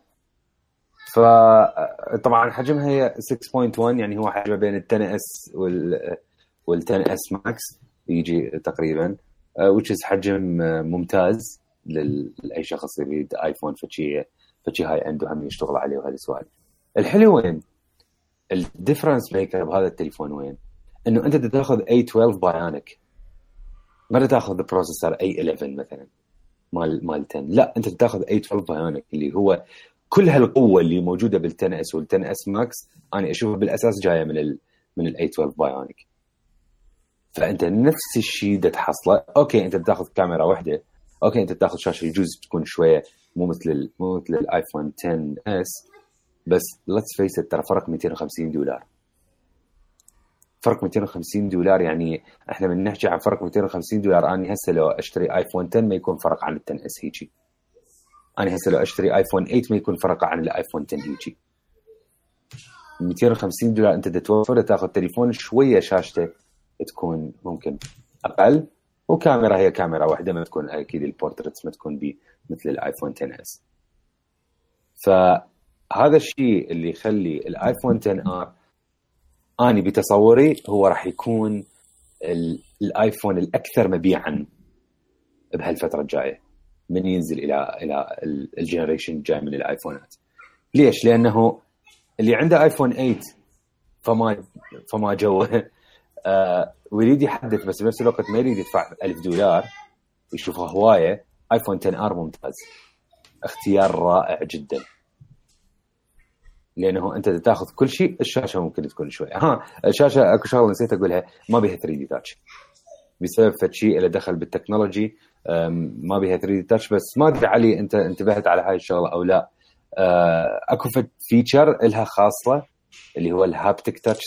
فطبعا حجمها هي 6.1 يعني هو حجمه بين ال10 اس وال10 اس ماكس يجي تقريبا which is حجم ممتاز لأي شخص يريد ايفون فشي هاي عنده هم يشتغل عليه وهذا السؤال. الحلو وين الديفرنس ميكر بهذا التليفون وين انه انت تاخذ A12 بايونيك ما تاخذ البروسيسور A11 مثلا مال 10 لا انت تاخذ A12 بايونيك اللي هو كل هالقوه اللي موجوده بال10 اس وال10 اس ماكس انا اشوفها بالاساس جايه من A12 بايونيك. فانت نفس الشيء ده تحصله. اوكي انت بتاخذ كاميرا واحده اوكي انت بتاخذ شاشه يجوز تكون شويه مو مثل الايفون 10 اس بس let's face it ترى فرق $250. فرق $250 يعني احنا من نحكي عن فرق $250 اني هسه لو اشتري ايفون 10 ما يكون فرق عن ال10 اس هيجي. انا هسه لو اشتري ايفون 8 ما يكون فرق عن الايفون 10 هيجي. $250 انت تتوفر تاخذ تليفون شويه شاشته تكون ممكن اقل وكاميرا هي كاميرا واحده ما تكون اكيد البورتريتس ما تكون مثل الايفون 10 اس. فهذا الشيء اللي يخلي الايفون 10 ار اني بتصوري هو راح يكون الايفون الاكثر مبيعا بهالفتره الجايه من ينزل الى الجنريشن الجاي من الايفونات. ليش؟ لانه اللي عنده ايفون 8 فما جوه ويريد يحدث بس بنفس الوقت ما يريد يدفع $1000 ويشوفها هوايه. ايفون 10 ار ممتاز اختيار رائع جدا لانه انت تاخذ كل شيء. الشاشه ممكن تكون شويه الشاشه اكو شغله نسيت اقولها ما بيها 3 دي تاتش بسبب شيء اللي دخل بالتكنولوجي ما بيها 3 دي تاتش. بس ما ادري علي انت انتبهت على هاي الشغله او لا. اكو فيتشر لها خاصه اللي هو الهابتيك تاتش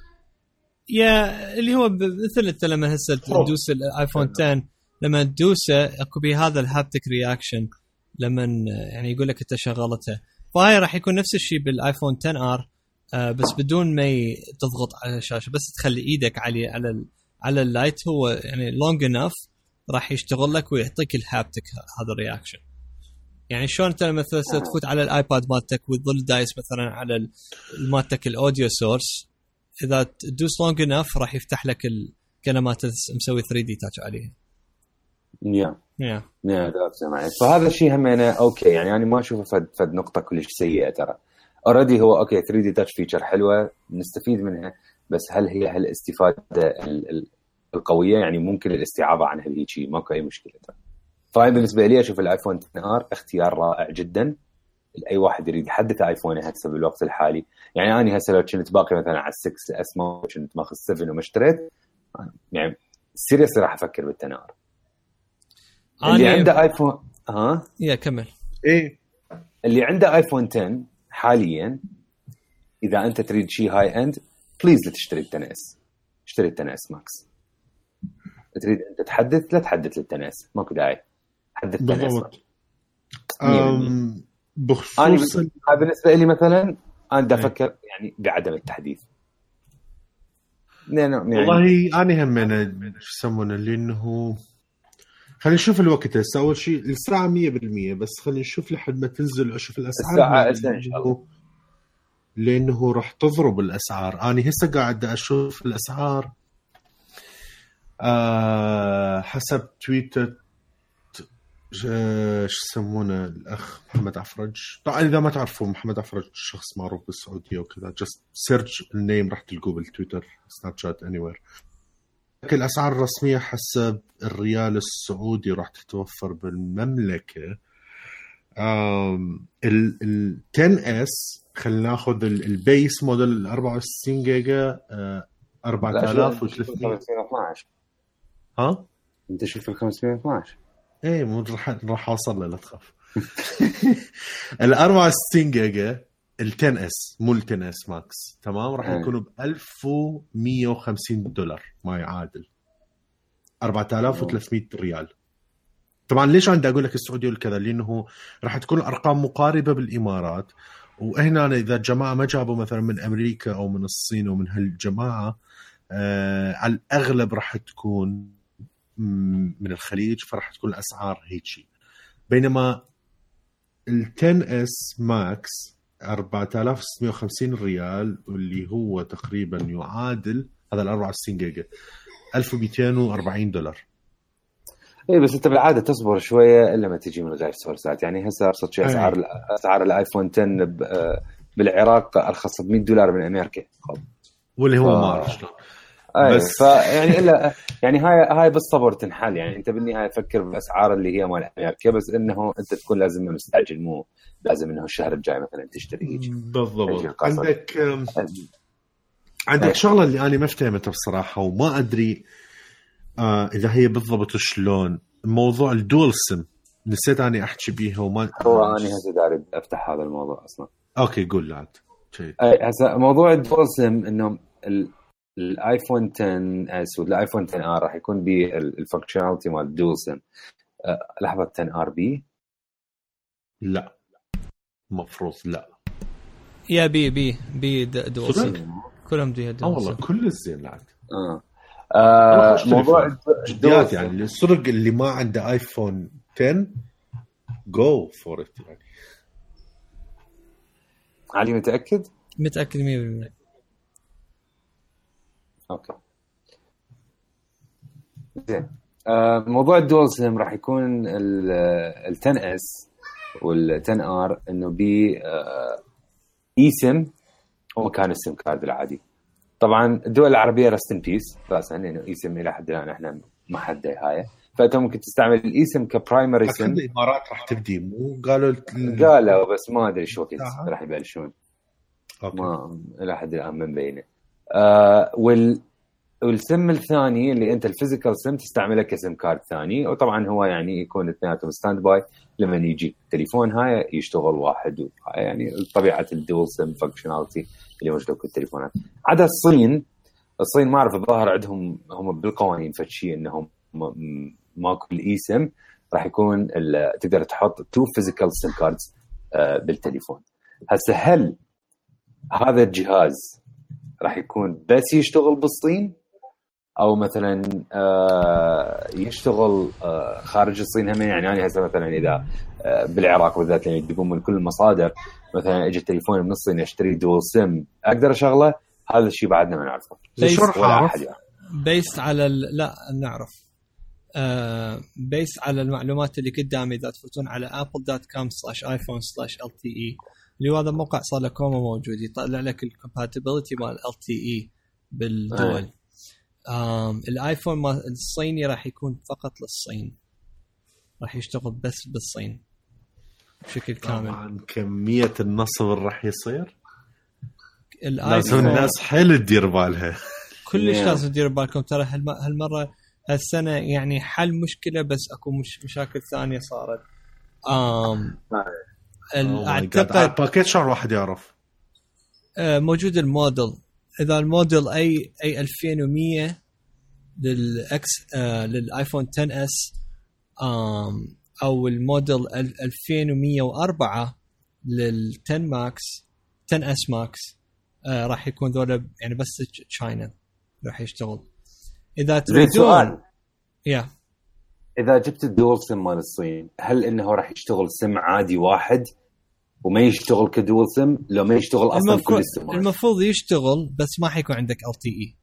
اللي هو مثل انت لما هسه تدوس الايفون 10 لما تدوسه اكو بهذا الهابتيك رياكشن لما يعني يقول لك انت شغلته. فهاي راح يكون نفس الشيء بالايفون 10 ار بس بدون ما تضغط على الشاشه بس تخلي ايدك على اللايت هو يعني لونج انف راح يشتغل لك ويعطيك الهابتيك هذا الرياكشن. يعني شلون انت مثلا تفوت على الايباد مالتك وتظل دايس مثلا على مالتك الاوديو سورس اذا تدوس لونج انف راح يفتح لك الكلمات مسوي 3 دي تاتش عليها. فهذا الشيء هم أنا أوكي يعني أنا ما أشوفه فد نقطة كلش سيئة ترى. أوريدي هو أوكي 3D touch feature حلوة نستفيد منها، بس هل هي الاستفادة القوية؟ يعني ممكن الاستعاضة عنها بهيجي ماكو أي مشكلة ترى. فهي بالنسبة لي أشوف الآيفون 10R اختيار رائع جدا لأي واحد يريد يحدث آيفونه هسه بالوقت الحالي. يعني أنا هسه لو كنت باقي مثلا على 6S ما كنت ماخذ 7 وما اشتريت، يعني سيريس راح أفكر بال10R. اللي عنده آيفون كمل. اللي عنده آيفون 10 حاليا، إذا أنت تريد شيء هاي أند بليز لا تشتري ال10S، اشتري ال10S ماكس. تريد أنت تحدث لا تحدث لل10S، ماكو داعي حدث ال10S. بخصوص بالنسبة لي مثلا أنا أفكر يعني بعدم التحديث. يعني والله أنا هم شو يسمونه، لأنه خلينا نشوف الوقت هسه. أول شيء الساعة 100%، بس خلينا نشوف لحد ما تنزل أشوف الأسعار الساعة إن شاء الله، لأنه راح تضرب الأسعار. أنا هسه قاعد أشوف الأسعار حسب تويتر شو يسمونه الأخ محمد عفرج. طبعا إذا ما تعرفوا محمد عفرج شخص معروف بالسعودية وكذا، just search النيم راح تلقوه بالتويتر سناب شات anywhere. لكن الأسعار الرسمية حسب الريال السعودي راح تتوفر بالمملكة ال 10S. خلينا ناخذ البيس موديل 64 جيجا 4312. ها انت شوف ال 512. ايه مو راح اوصل له لا تخاف. ال 64 جيجا ال 10S مو ال 10S ماكس تمام راح يكونوا ب $1150 ما يعادل 4300 ريال. طبعا ليش عندي اقول لك السعوديه والكذا؟ لانه راح تكون الارقام مقاربه بالامارات، وهنا اذا الجماعه ما جابوا مثلا من امريكا او من الصين او من هالجماعه على الاغلب راح تكون من الخليج، فراح تكون الاسعار هيك شيء. بينما ال 10S ماكس 4650 ريال، واللي هو تقريبا يعادل هذا ال 64 جيجا $1240. ايه بس انت بالعاده تصبر شويه الا ما تجي من غير سورسات. يعني هسه ابسط شيء اسعار الايفون 10 بالعراق ارخص $100 من امريكا، واللي هو ما اعرف شلون. بس يعني الا يعني هاي بالصبر تنحل. يعني انت بالنهايه تفكر بالاسعار اللي هي مال امريكا، بس انه انت تكون لازم مستعجل، مو لازم انه الشهر الجاي مثلا تشتري هيك. بالضبط. عندك شغله اللي انا ما فهمتها بصراحه وما ادري اذا هي بالضبط شلون موضوع الدول سم. نسيت اني احكي بيها وما هو انا هسه داري افتح هذا الموضوع اصلا. اوكي قول لعد شيء. هسه موضوع الدول سم انه الايفون 10 والايفون 10 ار راح يكون بالفانكشناليتي مال الدول سم. لحظه 10 ار بي لا مفروض لا يا بي دول سم كلهم دي دول والله كل الزين لعد. موضوع جديات يعني السرق اللي ما عنده ايفون 10 جو فور ات. يعني علي متاكد 100%. اوكي زين. موضوع الدول سيم راح يكون ال 10S وال 10R انه بي اي سيم ومكان السيم كارد العادي. طبعا الدول العربيه رست بيس راسا انه اي سيم الى حد الان احنا ما حد هاي، فانت ممكن تستعمل الاي سيم كبرايمري سيم. الامارات راح تبدي مو قالوا بس ما ادري شو وقت راح يبلشون. ما الى حد الان من بينه. والسم الثاني اللي انت الفيزيكال سم تستعمله كسم كارد ثاني، وطبعا هو يعني يكون اثنيناتهم ستاند باي لما يجي التليفون هاي يشتغل واحد. يعني طبيعه الدول سم فانكشناليتي اللي موجوده في التليفونات. عدا الصين ما اعرف الظاهر عندهم هم بالقوانين فشي انهم ماكو الاي سم راح يكون تقدر تحط 2 فيزيكال سم كاردز بالتليفون. هسه هل هذا الجهاز راح يكون بس يشتغل بالصين او مثلا يشتغل خارج الصين هم؟ يعني انا هسه مثلا اذا بالعراق بالذات يعني يدقون من كل المصادر مثلا اجى التليفون من الصين اشتري دول سم اقدر اشغله؟ هذا الشيء بعدنا ما نعرفه. بيست على لا نعرف بيس على المعلومات اللي قدامي اذا تفوتون على apple.com/iphone/lte اللي هو هذا الموقع صار له كوما موجود يطلع لك الكومباتيبلتي مال LTE بالدول. الايفون الصيني راح يكون فقط للصين، راح يشتغل بس بالصين بشكل كامل. طبعا كمية النصب راح يصير لازم الناس حيل تدير بالها. كلش لازم تدير بالكم ترى هالمرة هالسنة يعني حل مشكلة بس اكو مشاكل ثانية صارت. اعتقد باكيت شهر واحد يعرف موجود الموديل، اذا الموديل اي 2100 للاكس للايفون 10 اس او الموديل 2104 لل10 ماكس 10 اس ماكس راح يكون ذولا يعني بس تشاينا راح يشتغل. اذا تريدون اذا جبت الدول سم مال الصين هل انه راح يشتغل سم عادي واحد وما يشتغل كدول سم؟ لو ما يشتغل اصلا كل السم المفروض يشتغل بس ما حيكون عندك LTE.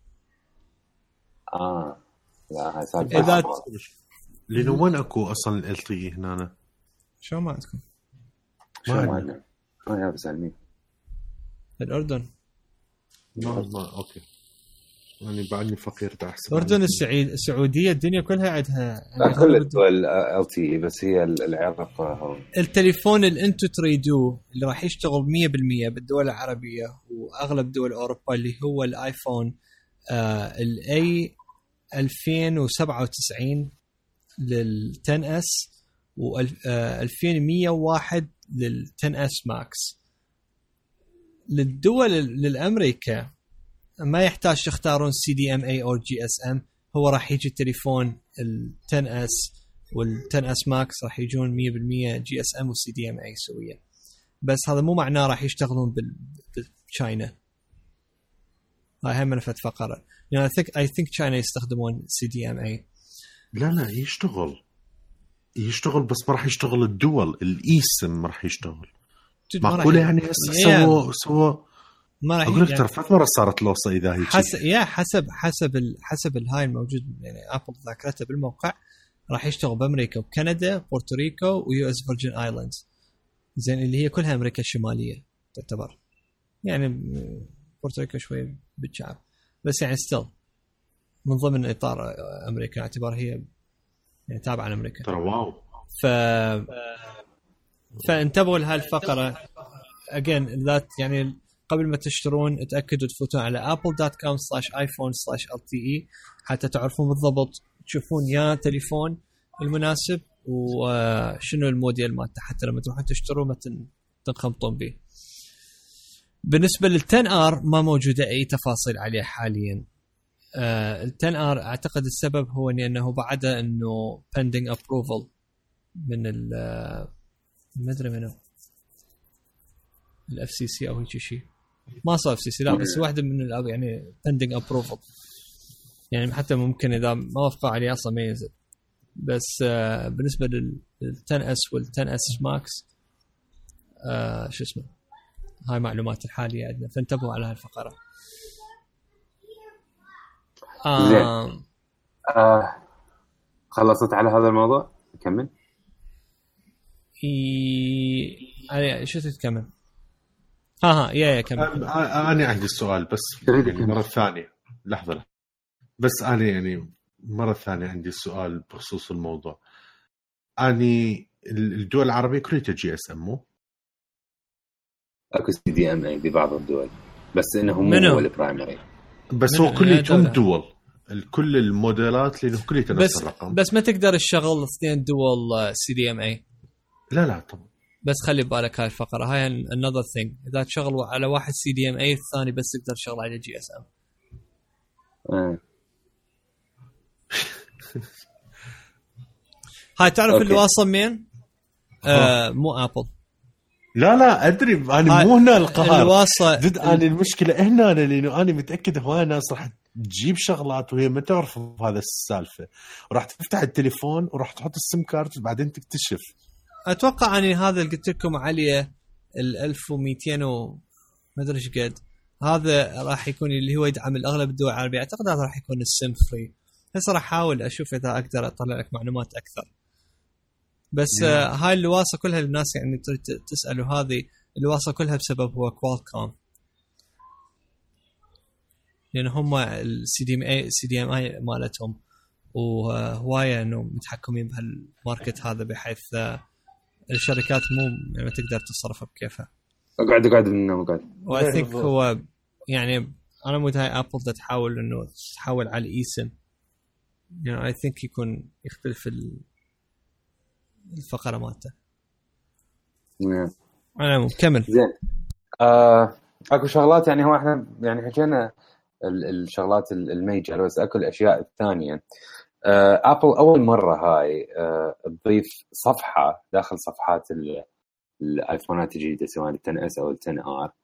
لا اذا لانه وين اكو اصلا LTE هنا؟ شو ما عندكم؟ شو ما عندنا يا بسالمين الأردن. ما أوكي يعني بعدني فقير تحسب. الأردن السعودية الدنيا كلها عندها كل الدول LTE بس هي العراق هون. التليفون اللي أنتوا تريدوه اللي راح يشتغل 100% بالدول العربية وأغلب دول أوروبا اللي هو الآيفون الأي 2097 لل10S و 2101 لل10S ماكس. للدول للأمريكا ما يحتاج تختارون CDMA أو GSM، هو راح يجي التليفون ال10S وال10S ماكس راح يجون 100% GSM و CDMA سويا، بس هذا مو معناه راح يشتغلون بالتشاينا. هاي هم نفت فقرة يعني I think China يستخدمون CDMA. لا يشتغل بس ما راح يشتغل الدول الإيسم ما راح يشتغل. معقولة يعني سووا ما راح أقول لك ترى فات مرة صارت لوصة إذا هي حسب الهاي الموجود يعني أبل ذاكرته بالموقع راح يشتغل بأمريكا وكندا بورتوريكو ويو اس فيرجن ايلاندز زين اللي هي كلها أمريكا الشمالية تعتبر يعني بورتوريكو شوي بالشعب بس يعني ستيل من ضمن إطار أمريكا اعتبار هي يعني تابعة لأمريكا. ترى واو. فانتبهوا لهاي الفقرة again ذات يعني قبل ما تشترون اتأكدوا تفوتون على apple.com/iphone/lte حتى تعرفون بالضبط تشوفون يا تليفون المناسب وشنو الموديل مالته حتى لما تروحون تشترون ما تنخمطون به. بالنسبة لل10R ما موجودة أي تفاصيل عليه حاليا. ال10R أعتقد السبب هو أنه بعد أنه pending approval من ما أدري منه FCC أو هيك شيء ما صار FCC لا بس واحدة من يعني pending approval يعني حتى ممكن إذا ما وافقوا عليه أصلا ما ينزل. بس بالنسبة لل10S وال10S Max شو اسمه هاي معلومات الحالية عندنا فانتبهوا على هالفقرة. خلصت على هذا الموضوع كمل. شو تتكمل؟ يا كمل. أنا عندي السؤال بس يعني مرة ثانية لحظة بس أنا يعني مرة ثانية عندي السؤال بخصوص الموضوع. أنا الدول العربية كلها GSM مو أكو CDMA ببعض الدول بس إنهم مو البرايمري بس هو كلهم دول كل الموديلات لأنه كلها نفس الرقم بس ما تقدر الشغل اثنين دول CDMA لا طبعا بس خلي بالك هاي الفقرة هاي another thing إذا تشغل على واحد CDMA الثاني بس تقدر تشغل على GSM. هاي تعرف اللي واصل مين؟ مو أبل. لا أدري أنا مو هنا القهر ضد أنا المشكلة هنا لأنه أنا متأكد هواي ناس راح تجيب شغلات وهي ما تعرف هذا السالفة وراح تفتح التليفون وراح تحط السم كارت وبعدين تكتشف. أتوقع أني هذا اللي قلت لكم عليه 1200 وما أدري إيش قد هذا راح يكون اللي هو يدعم الأغلب الدول العربية. أعتقد هذا راح يكون السم فري هسه راح احاول اشوف اذا اقدر اطلع لك معلومات اكثر. بس هاي الواسطه كلها الناس يعني تسالوا، هذه الواسطه كلها بسبب هو كوالكوم، لان هم السي دي ام اي مالتهم وهوايه انه متحكمين بهالماركت هذا، بحيث الشركات مو يعني تقدر تصرفها بكيفها. اقعد من النوم قاعد. واثينك هو يعني انا مو هاي ابل تحاول انه تحول على الايسم، يعني اي ثينك يكون يختلف الفقره مالته. انا مكمل زين. اكو شغلات يعني هو احنا يعني حكينا الشغلات الميجر، بس اكو الاشياء الثانيه. ابل اول مره هاي تضيف صفحه داخل صفحات الايفونات الجديده سواء ال 10 اس او ال 10 ار،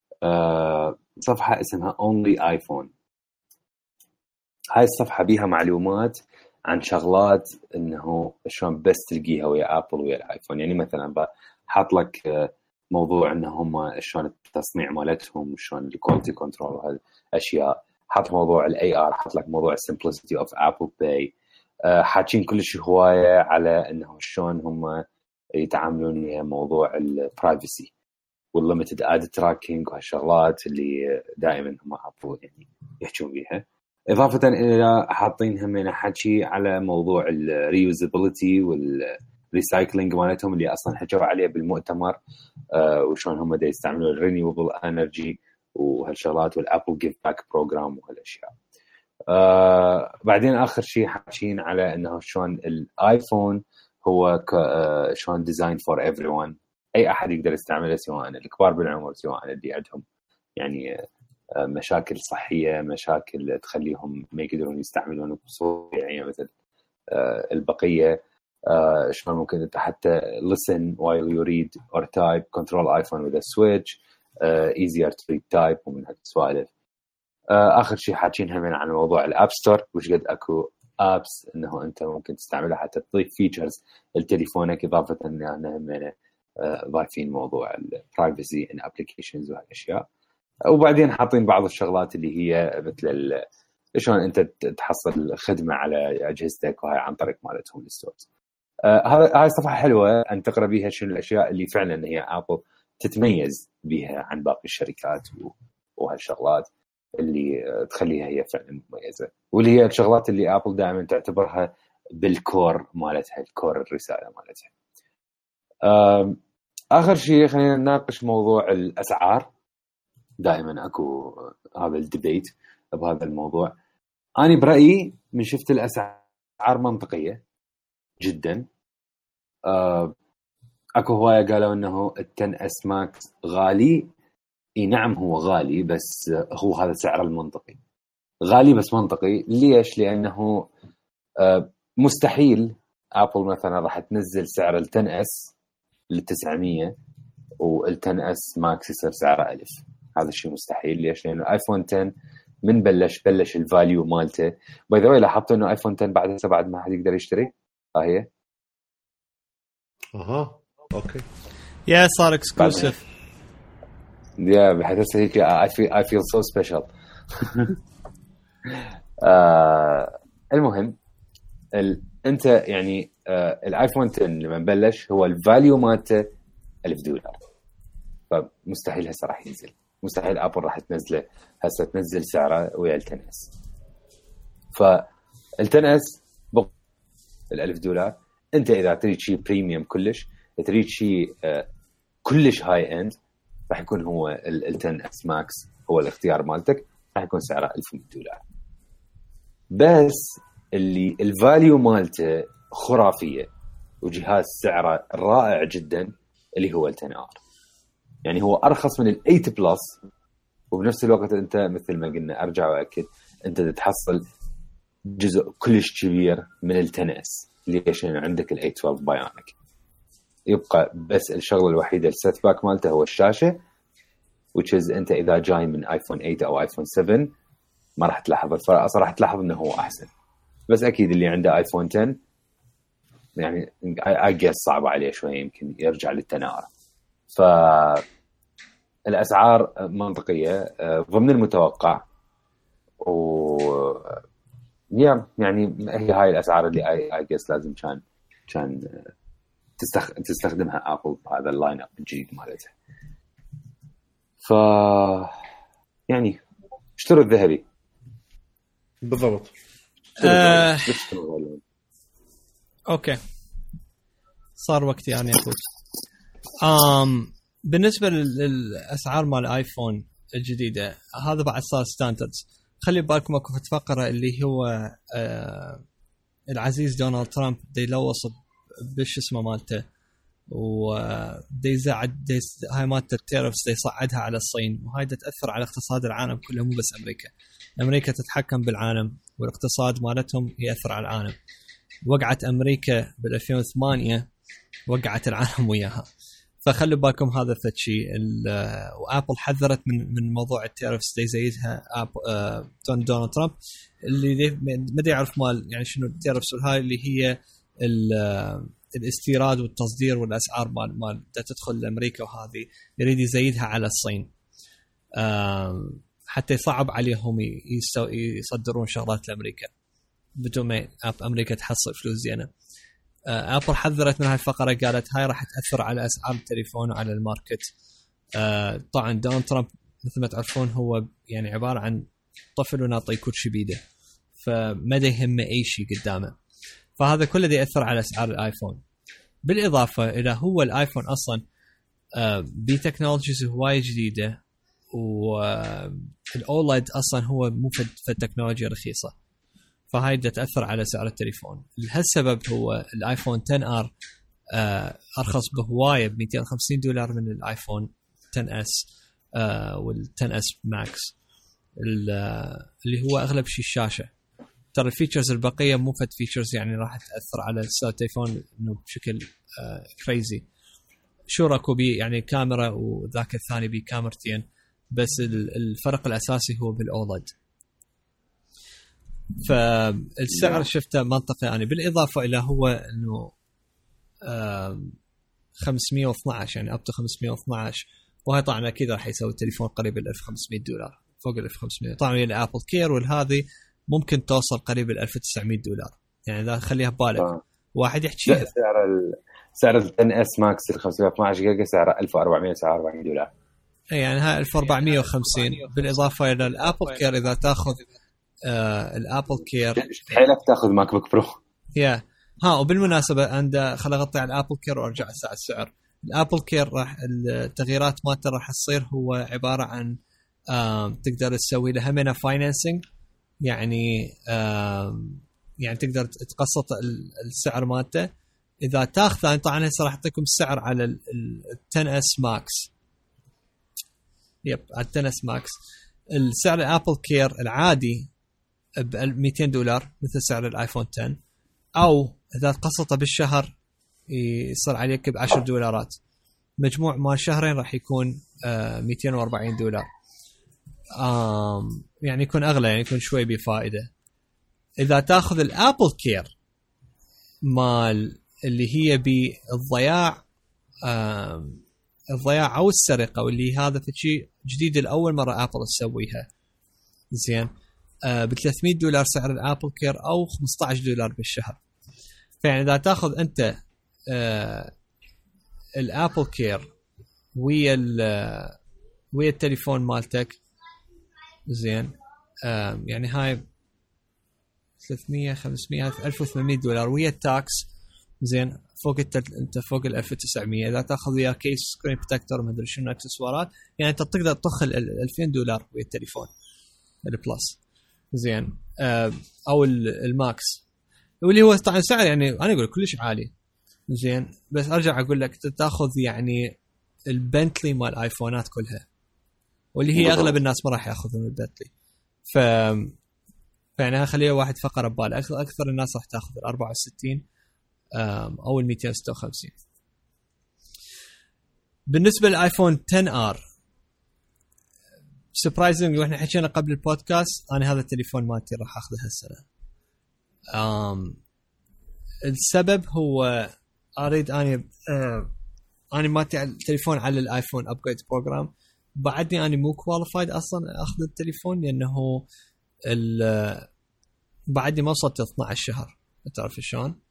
صفحه اسمها Only iPhone. هاي الصفحه بيها معلومات عن شغلات انه شلون بس تلقيها ويا ابل ويا الايفون. يعني مثلا حاط لك موضوع انه هم شلون التصنيع مالتهم وشلون الكواليتي كنترول وهالاشياء. حط موضوع الاي ار، حط لك موضوع السمبلسيتي اوف ابل باي. حاطين كلش هوايه على انه شلون هم يتعاملون ويا موضوع البرايفسي والليميتد اد تراكينج وهالشغلات اللي دائما هم ابل يعني يحكون بيها. اضافه الى حاطين هم حكي على موضوع الريوزابيلتي والريسايكلينج مالتهم اللي اصلا حكوا عليه بالمؤتمر، وشون هم دا يستعملوا الرينيوبل انرجي وهالشغلات والابل جيف باك بروجرام وهالاشياء. بعدين اخر شيء حاكين على انه شلون الايفون هو شلون ديزاين فور ايفريون، اي احد يقدر يستعمله سواء الكبار بالعمر سواء اللي عندهم يعني مشاكل صحيه، مشاكل تخليهم ما يقدرون يستعملونه بصوره يعني مثل البقيه. شلون ممكن انت حتى listen while you read or type, control iPhone with a switch, easier to read type ومن هالسوالف. اخر شيء حاكين هم عن موضوع الاب ستور، وش قد اكو ابس انه انت ممكن تستعملها حتى تضيف فيتشرز لتليفونك، اضافه انه هم ضايفين موضوع البرايفسي ان ابلكيشنز وهالاشياء. وبعدين حاطين بعض الشغلات اللي هي مثل شلون انت تحصل خدمه على اجهزتك وهي عن طريق مالتهم الستورز. هاي صفحه حلوه ان تقرا بيها شنو الاشياء اللي فعلا هي ابل تتميز بها عن باقي الشركات وهالشغلات اللي تخليها هي فعلا مميزه، واللي هي الشغلات اللي ابل دائما تعتبرها بالكور مالتها، الكور الرساله مالتها. اخر شيء خلينا نناقش موضوع الاسعار. دائما اكو هذا الديبيت بهذا الموضوع. انا برايي من شفت الاسعار منطقيه جدا. اكو هوايه قالوا انه ال10 اس ماكس غالي. اي نعم هو غالي، بس هو هذا سعره المنطقي. غالي بس منطقي. ليش؟ لانه مستحيل ابل مثلا راح تنزل سعر ال10 اس ل900 وال10 اس ماكس يصير سعره 1000. هذا الشيء مستحيل. ليش؟ لانه ايفون 10 من بلش الفاليو مالته. باي ذا واي لاحظتوا انه ايفون 10 بعد ما حد يقدر يشتري. هي اوكي يا صار اكسكلوسيف يا بحيث هيك I feel so special. المهم انت يعني الايفون 10 لما بلش هو الفاليو مالته $1000، فمستحيل هسه راح ينزل. مستحيل ابل راح تنزله هسه تنزل سعره ويا ال10 اس. فال10 اس $1000. انت اذا تريد شيء بريميوم كلش، تريد شيء كلش هاي اند، راح يكون هو ال10 اس ماكس هو الاختيار مالتك، راح يكون سعره $1100. بس اللي الفاليو مالته خرافيه وجهاز سعره رائع جدا اللي هو ال10 ار. يعني هو ارخص من ال8 بلس، وبنفس الوقت انت مثل ما قلنا ارجع واكد انت تحصل جزء كلش كبير من ال10 اس. ليش؟ لأن عندك ال812 بايونيك. يبقى بس الشغله الوحيده السيت باك مالته هو الشاشه، which is انت اذا جاي من ايفون 8 او ايفون 7 ما راح تلاحظ الفرق. اصلا راح تلاحظ انه هو احسن، بس اكيد اللي عنده ايفون 10 يعني اجس صعب عليه شويه يمكن يرجع للتناور. فالاسعار منطقيه ضمن المتوقع، يعني هي هاي الاسعار اللي اي جس لازم كان تستخدمها ابل بهذا اللاين اب الجديد مالتها. ف يعني اشتروا الذهبي بالضبط. اوكي صار وقت يعني افوت. بالنسبه للاسعار مال الايفون الجديده هذا بعد صار ستاندردز. خلي بالكم اكو فقره اللي هو العزيز دونالد ترامب دي يلوص بش اسمه مالته ودي يزعد هاي مالته التيرفز دي يصعدها على الصين، وهاي تاثر على اقتصاد العالم كله مو بس امريكا تتحكم بالعالم والاقتصاد مالتهم ياثر على العالم. وقعت امريكا بال 2008 وقعت العالم وياها. فخلوا بالكم هذا فشي. وابل حذرت من موضوع التيرفز دي يزيدها دونالد ترامب اللي ما يعرف مال يعني شنو التيرفز هاي اللي هي الاستيراد والتصدير والاسعار مال تدخل لامريكا، وهذه يريد يزيدها على الصين حتى يصعب عليهم يصدرون شغلات لامريكا بدون ما امريكا تحصل فلوس زينه. ابل حذرت من هاي الفقره، قالت هاي راح تاثر على اسعار التليفون وعلى الماركت. طبعا دونالد ترامب مثل ما تعرفون هو يعني عباره عن طفل وناطي كرسي بيده، فما يهمه اي شيء قدامه، فهذا كله دي ياثر على اسعار الايفون. بالاضافه الى هو الايفون اصلا بتكنولوجيز هوايه جديده، والاولد اصلا هو مو في التكنولوجيا رخيصه، فهاي تاثر على سعر التليفون. لهالسبب هو الايفون 10 ار ارخص بهوايه ب $250 من الايفون 10 اس وال 10 اس ماكس اللي هو اغلب شيء الشاشه. ترى الفيتشرز البقيه مو فت فيتشرز يعني راح تاثر على سعر التليفون انه بشكل كريزي. شو راكو بي يعني كاميرا وذاك الثاني بكاميرتين، بس الفرق الاساسي هو بالاولد. فالسعر شفته منطقي يعني. بالاضافه الى هو انه 512 يعني اب تو 512، وهي طبعا اكيد راح يسوي التليفون قريب ال $1500 فوق ال 1500. طبعا الابل كير والهذه ممكن توصل قريب ال $1900 يعني اذا خليها ببالك واحد يحكيها. سعر ال 10 اس ماكس ال 512 جيجا سعره $1449 يعني هاي 1450. بالاضافه الى الابل كير اذا تاخذ الابل كير حيلك تاخذ ماك بوك برو. وبالمناسبه عند خل اغطي على الابل كير وارجع على السعر. الابل كير راح التغييرات مالته راح تصير هو عباره عن تقدر تسوي له همنا فاينانسنج، يعني تقدر تقسط السعر مالته اذا تاخذه. طبعا هسه راح اعطيكم السعر على ال 10 اس ماكس. على 10 اس ماكس السعر الابل كير العادي ب $200 مثل سعر الايفون 10، او اذا تقسطه بالشهر يصير عليك $10. مجموع ما شهرين راح يكون $240. يعني يكون اغلى، يعني يكون شوي بفائده. اذا تاخذ الابل كير مال اللي هي بالضياع الضياع او السرقه، واللي هذا شيء جديد الاول مره ابل تسويها زين، ب $300 سعر الابل كير او $15 بالشهر. فيعني اذا تاخذ انت الابل كير ويا التليفون مالتك زين، يعني هاي 300 500 $1800 ويا التاكس زين، فوق انت فوق ال 1900. اذا تاخذ ويا كيس سكرين بروتكتور ما ادري شنو اكسسوارات، يعني انت تقدر تدخل $2000 ويا التليفون البلس زين، او الماكس، واللي هو طبعا سعر يعني انا اقول كلش عالي زين. بس ارجع اقول لك تاخذ يعني البنتلي مال الايفونات كلها، واللي هي اغلب الناس ما راح ياخذون البنتلي. يعني خليها واحد فقره ببال، اكثر الناس راح تاخذ ال 64 او ال 256. بالنسبه للايفون 10 ار سربرايزنج، واحنا حكينا قبل البودكاست انا هذا التليفون مالتي راح اخذه هالسنه. السبب هو اريد اني مالتي التليفون على الايفون ابجريد بروجرام، بعدني اني مو كواليفايد اصلا اخذ التليفون، لانه بعدني ما وصلت 12 شهر، تعرف شلون؟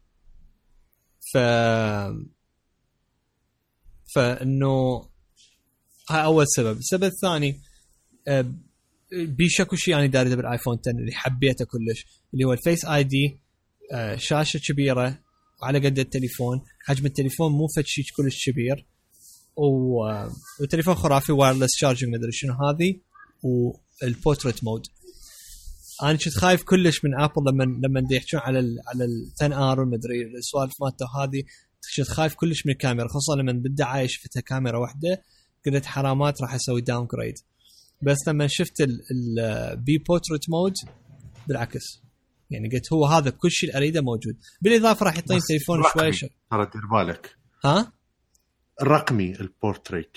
فانه هاي اول سبب. السبب الثاني بيشكو شيء يعني داري بالايفون 10 اللي حبيته كلش، اللي هو الفيس اي دي، شاشه كبيره وعلى قد التليفون، حجم التليفون مو فد شيء كلش كبير، والتليفون خرافي، وايرلس شارجنج ما ادري شنو هذه، والبورتريت مود. انا كنت خايف كلش من ابل لما يحكون على 10 ار وما ادري السوالف مالته هذه، كنت خايف كلش من الكاميرا، خصوصا لما بالدعايه شفتها كاميرا واحده قلت حرامات راح اسوي داون جريد. بس لما شفت البي بورتريت مود بالعكس، يعني قلت هو هذا كل شيء اللي اريده موجود. بالاضافه راح يعطيني تليفون شوي ترى دير بالك ها الرقمي البورتريت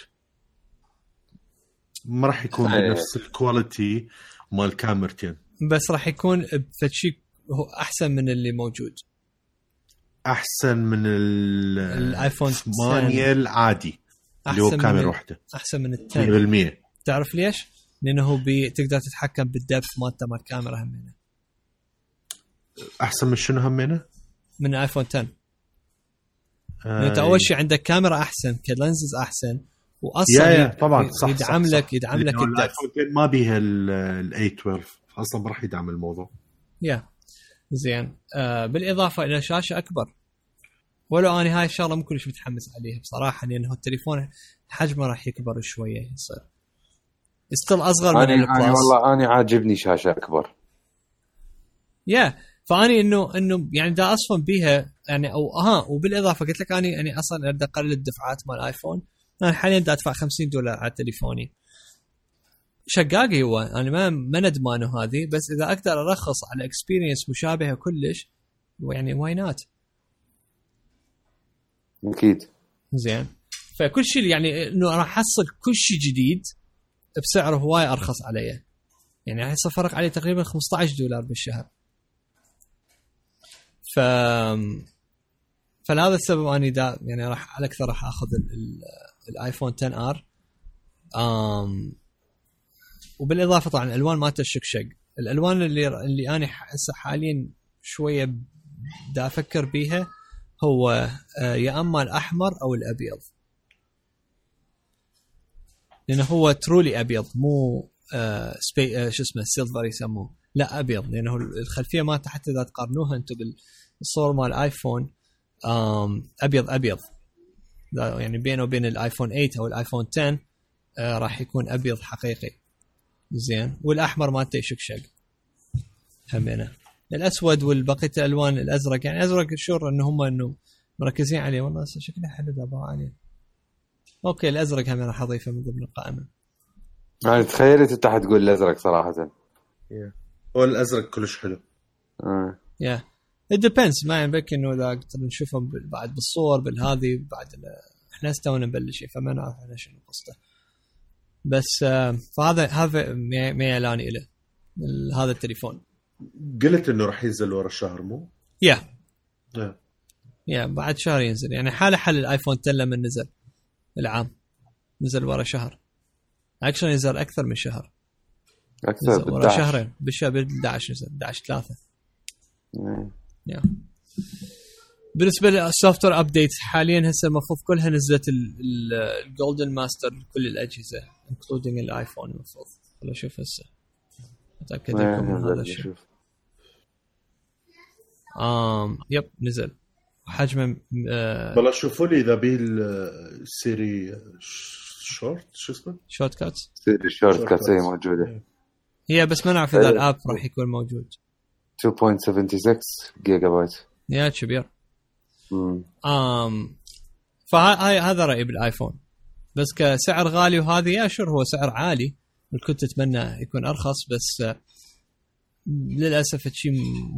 ما راح يكون بنفس الكواليتي مال كاميرتين، بس راح يكون بشيء هو احسن من اللي موجود، احسن من الايفون 8 العادي اللي هو كاميرا واحده، احسن من ال 100%. تعرف ليش؟ لانه تقدر تتحكم بالدبث مالته مال الكاميرا همينه. احسن من شنو همينه؟ من الايفون 10. انت اول شيء عندك كاميرا احسن، كلينزز احسن، واصلا طبعا صح يدعم صح لك الدبث. الايفون 10 ما بيها الاي 12 اصلا، ما راح يدعم الموضوع. زين. بالاضافه الى شاشه اكبر، ولو انا هاي الشغله مو كلش متحمس عليها بصراحه، لانه التليفون حجمه راح يكبر شويه، يصير استل اصغر من البلاس. والله انا عاجبني شاشه اكبر. فاني انه يعني دا اصلا بيها يعني، او وبالاضافه قلت لك اني يعني اصلا اريد اقلل الدفعات مال الايفون. انا حاليا دا ادفع $50 على تليفوني شقاقي، هو انا ما ندمانه هذه، بس اذا اقدر ارخص على اكسبيرينس مشابهه كلش يعني واي نوت. اكيد. زين. فكل شيء يعني انه راح احصل كل شيء جديد بسعر هواي ارخص عليه، يعني راح يصير فرق عليه تقريبا $15 بالشهر. فلهذا السبب اني يعني راح على اكثر راح اخذ الايفون 10 ار. وبالاضافه طبعا الالوان مالته الشقشق، الالوان اللي انا هسه حاليا شويه دا افكر بيها هو يا اما الاحمر او الابيض، لانه هو ترولي ابيض، مو شو اسمه سيلفر يسموه، لا ابيض، لانه الخلفيه مالته حتى اذا تقارنوها انتم بالصور مال الايفون ابيض يعني بينه وبين الايفون 8 او الايفون 10 راح يكون ابيض حقيقي. زين. والاحمر مالته شقشق همينه. الاسود والبقيه الالوان الازرق، يعني ازرق شور انه هم انه مركزين عليه، والله شكله حلو دابا عليه. اوكي الازرق هم راح اضيفه من ضمن القائمه. يعني تخيلت انت حتقول الازرق صراحه. هو الازرق كلش حلو. it depends، ما ينبك انه اذا قدرنا نشوفهم بعد بالصور بالهذه بعد احنا استونا نبلش شيء، فما نعرف احنا شنو قصته. بس فهذا ميلاني له هذا التليفون. قلت انه راح ينزل ورا الشهر مو؟ بعد شهر ينزل، يعني حال الايفون 10 لما نزل العام نزل ورا شهر، اكشن نزل اكثر من شهر، اكثر ورا شهرين بالشهر 11 نزل 11/3. بالنسبه للسوفت وير ابديت حاليا هسه المفروض كلها نزلت الجولدن ماستر لكل الاجهزه انكلودينج الايفون. المفروض خلينا نشوف هسه اتاكد لكم من هذا الشيء. يب نزل حجمه والله شوفوا لي اذا بيه السيري شورت، شو اسمه شورت كاتس، سيري شورت كاتس موجوده هي، بس ما نعرف اذا الاب راح يكون موجود. 2.76 جيجا بايت يا كبير. فهاي هذا رأيي بالايفون، بس كسعر غالي وهذه يا شر هو سعر عالي، كنت اتمنى يكون ارخص، بس للاسف الشيء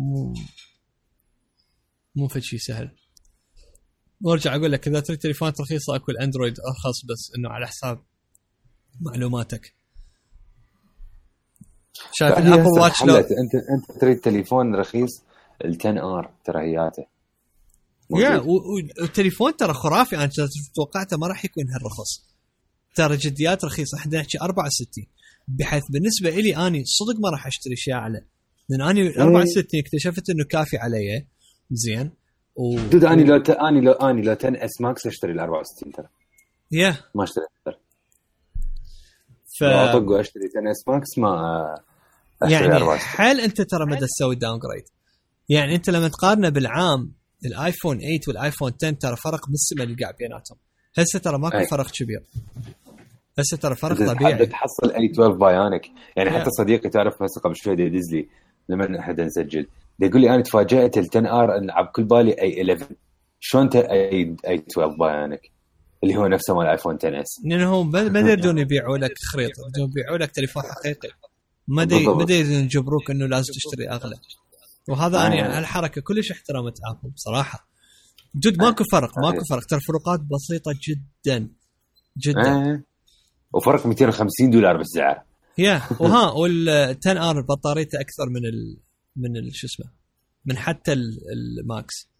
مو في شيء سهل. وارجع اقول لك اذا تريد تليفونات رخيصه اكو الاندرويد ارخص، بس انه على حساب معلوماتك. شايف الابل واتش لو انت تريد تليفون رخيص ال10 ار ترهياته والتليفون ترى خرافي. انا توقعته ما راح يكون هالرخص، ترى جديات رخيصه. احنا نحكي 64، بحيث بالنسبه لي اني صدق ما راح اشتري شيء اعلى، لان اني 64 اكتشفت انه كافي علي زين. دود اني لو 10 اس ماكس اشتري ال 64 ترى ما اشتري اكثر. اطق واشتري 10 اس ماكس ما اشتري يعني 64. حال انت ترى ما تسوي داون جريد. يعني انت لما تقارنه بالعام الايفون 8 والايفون 10 ترى فرق بالسما اللي قاعد بيناتهم. هسه ترى ماكو فرق كبير، هسه ترى فرق طبيعي. تحصل A12 بايونيك يعني حتى صديقي تعرف هسه قبل شوي يدز لي لما احد نسجل يقول لي انا تفاجأت ال 10 ار العب كل بالي A11 شلون A12 بايونيك اللي هو نفسه مال الايفون 10 اس. لانه ما يقدرون يبيعوا لك خريطه، يقدرون يبيعوا لك تليفون حقيقي. ما يقدرون يجبروك انه لازم تشتري اغلى. وهذا انا الحركه كلش احترمت ابل بصراحه. جد ماكو فرق ترى الفروقات بسيطه جدا جدا. وفرق $250 بالسعر. وها وال10 ار بطاريته اكثر من شو اسمه من حتى الماكس.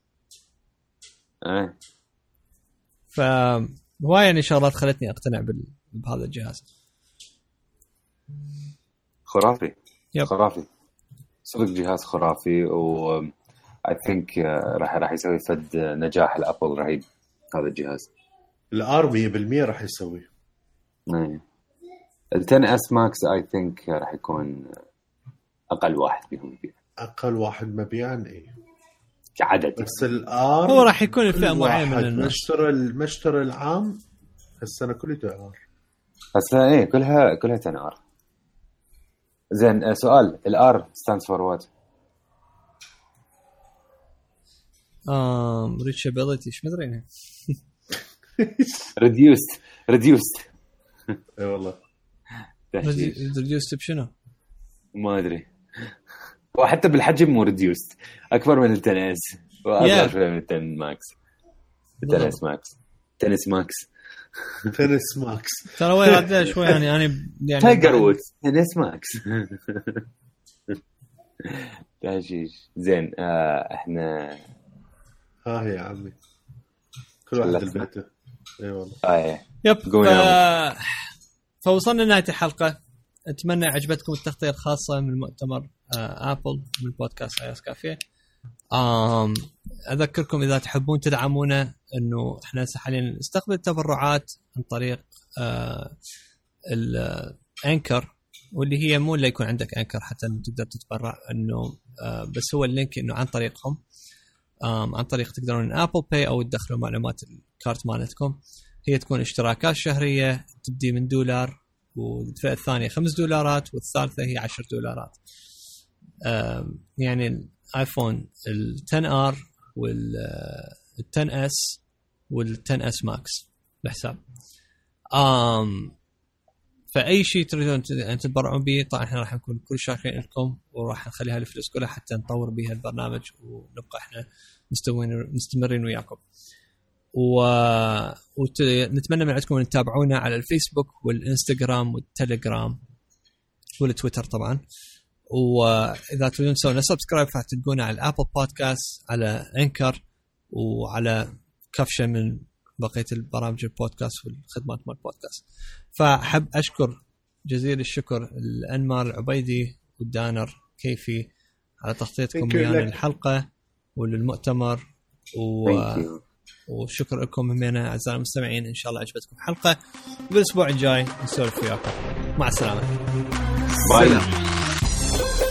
فهواي يعني شغلات خلتني اقتنع بهذا الجهاز. خرافي خرافي صدق جهاز خرافي. و I think راح يسوي فد نجاح الابل رهيب هذا الجهاز. الار 100% راح يسوي. ال 10 اس ماكس I think راح يكون اقل واحد بيهم يبيع. اقل واحد مبيعا كعدد. بس الار هو راح يكون الفئه معينه من الناس. مشترى العام السنه كلها ار. هسه كلها 10 ار. زين سؤال الار stands for what؟ reachability ايش مدري. reduced اي والله reduced بشنو ما ادري. وحتى بالحجم مو reduced اكبر من ال 10 اس واصغر شوي من ال 10 ماكس. 10 اس ماكس 10 اس ماكس 10 اس ماكس ترى وين عدى شوي يعني تايجر وودز 10 اس ماكس. تاجيش زين. احنا ها يا عمي كل واحد البيت. اي والله يب. فوصلنا لنهاية الحلقة. أتمنى عجبتكم التغطية الخاصة من مؤتمر أبل من بودكاست iOS كافيه. أذكركم إذا تحبون تدعمونا إنه إحنا حاليا نستقبل تبرعات عن طريق الأنكر، واللي هي مو اللي يكون عندك أنكر حتى إنه تقدر تتبرع، إنه بس هو اللينك إنه عن طريقهم. عن طريق تقدرون أبل باي أو تدخلوا معلومات الكارت مالتكم. هي تكون اشتراكات شهرية تبدي من $1، والفئة الثانية $5، والثالثة هي $10. يعني الايفون ال10R وال10S وال10S ماكس بحساب. فأي شيء تريدون أن تتبرعون به طبعا احنا راح نكون كل شاكرين لكم، وراح نخليها الفلوس كلها حتى نطور بها البرنامج ونبقى احنا مستمرين وياكم. ونتمنى من عندكم ان تتابعونا على الفيسبوك والانستغرام والتليجرام والتويتر طبعا. واذا تريدون تسوون سبسكرايب فتلقونا على الابل بودكاست، على انكر، وعلى كفشه من بقيه البرامج البودكاست والخدمات مال البودكاست. فحب اشكر جزيل الشكر الانمار العبيدي والدانر كيفي على تغطيتكم ويانا الحلقه وللمؤتمر. وشكر لكم همينة أعزائي المستمعين. إن شاء الله عجبتكم الحلقة، بالأسبوع الجاي نسولف وياكم. مع السلامة. باي.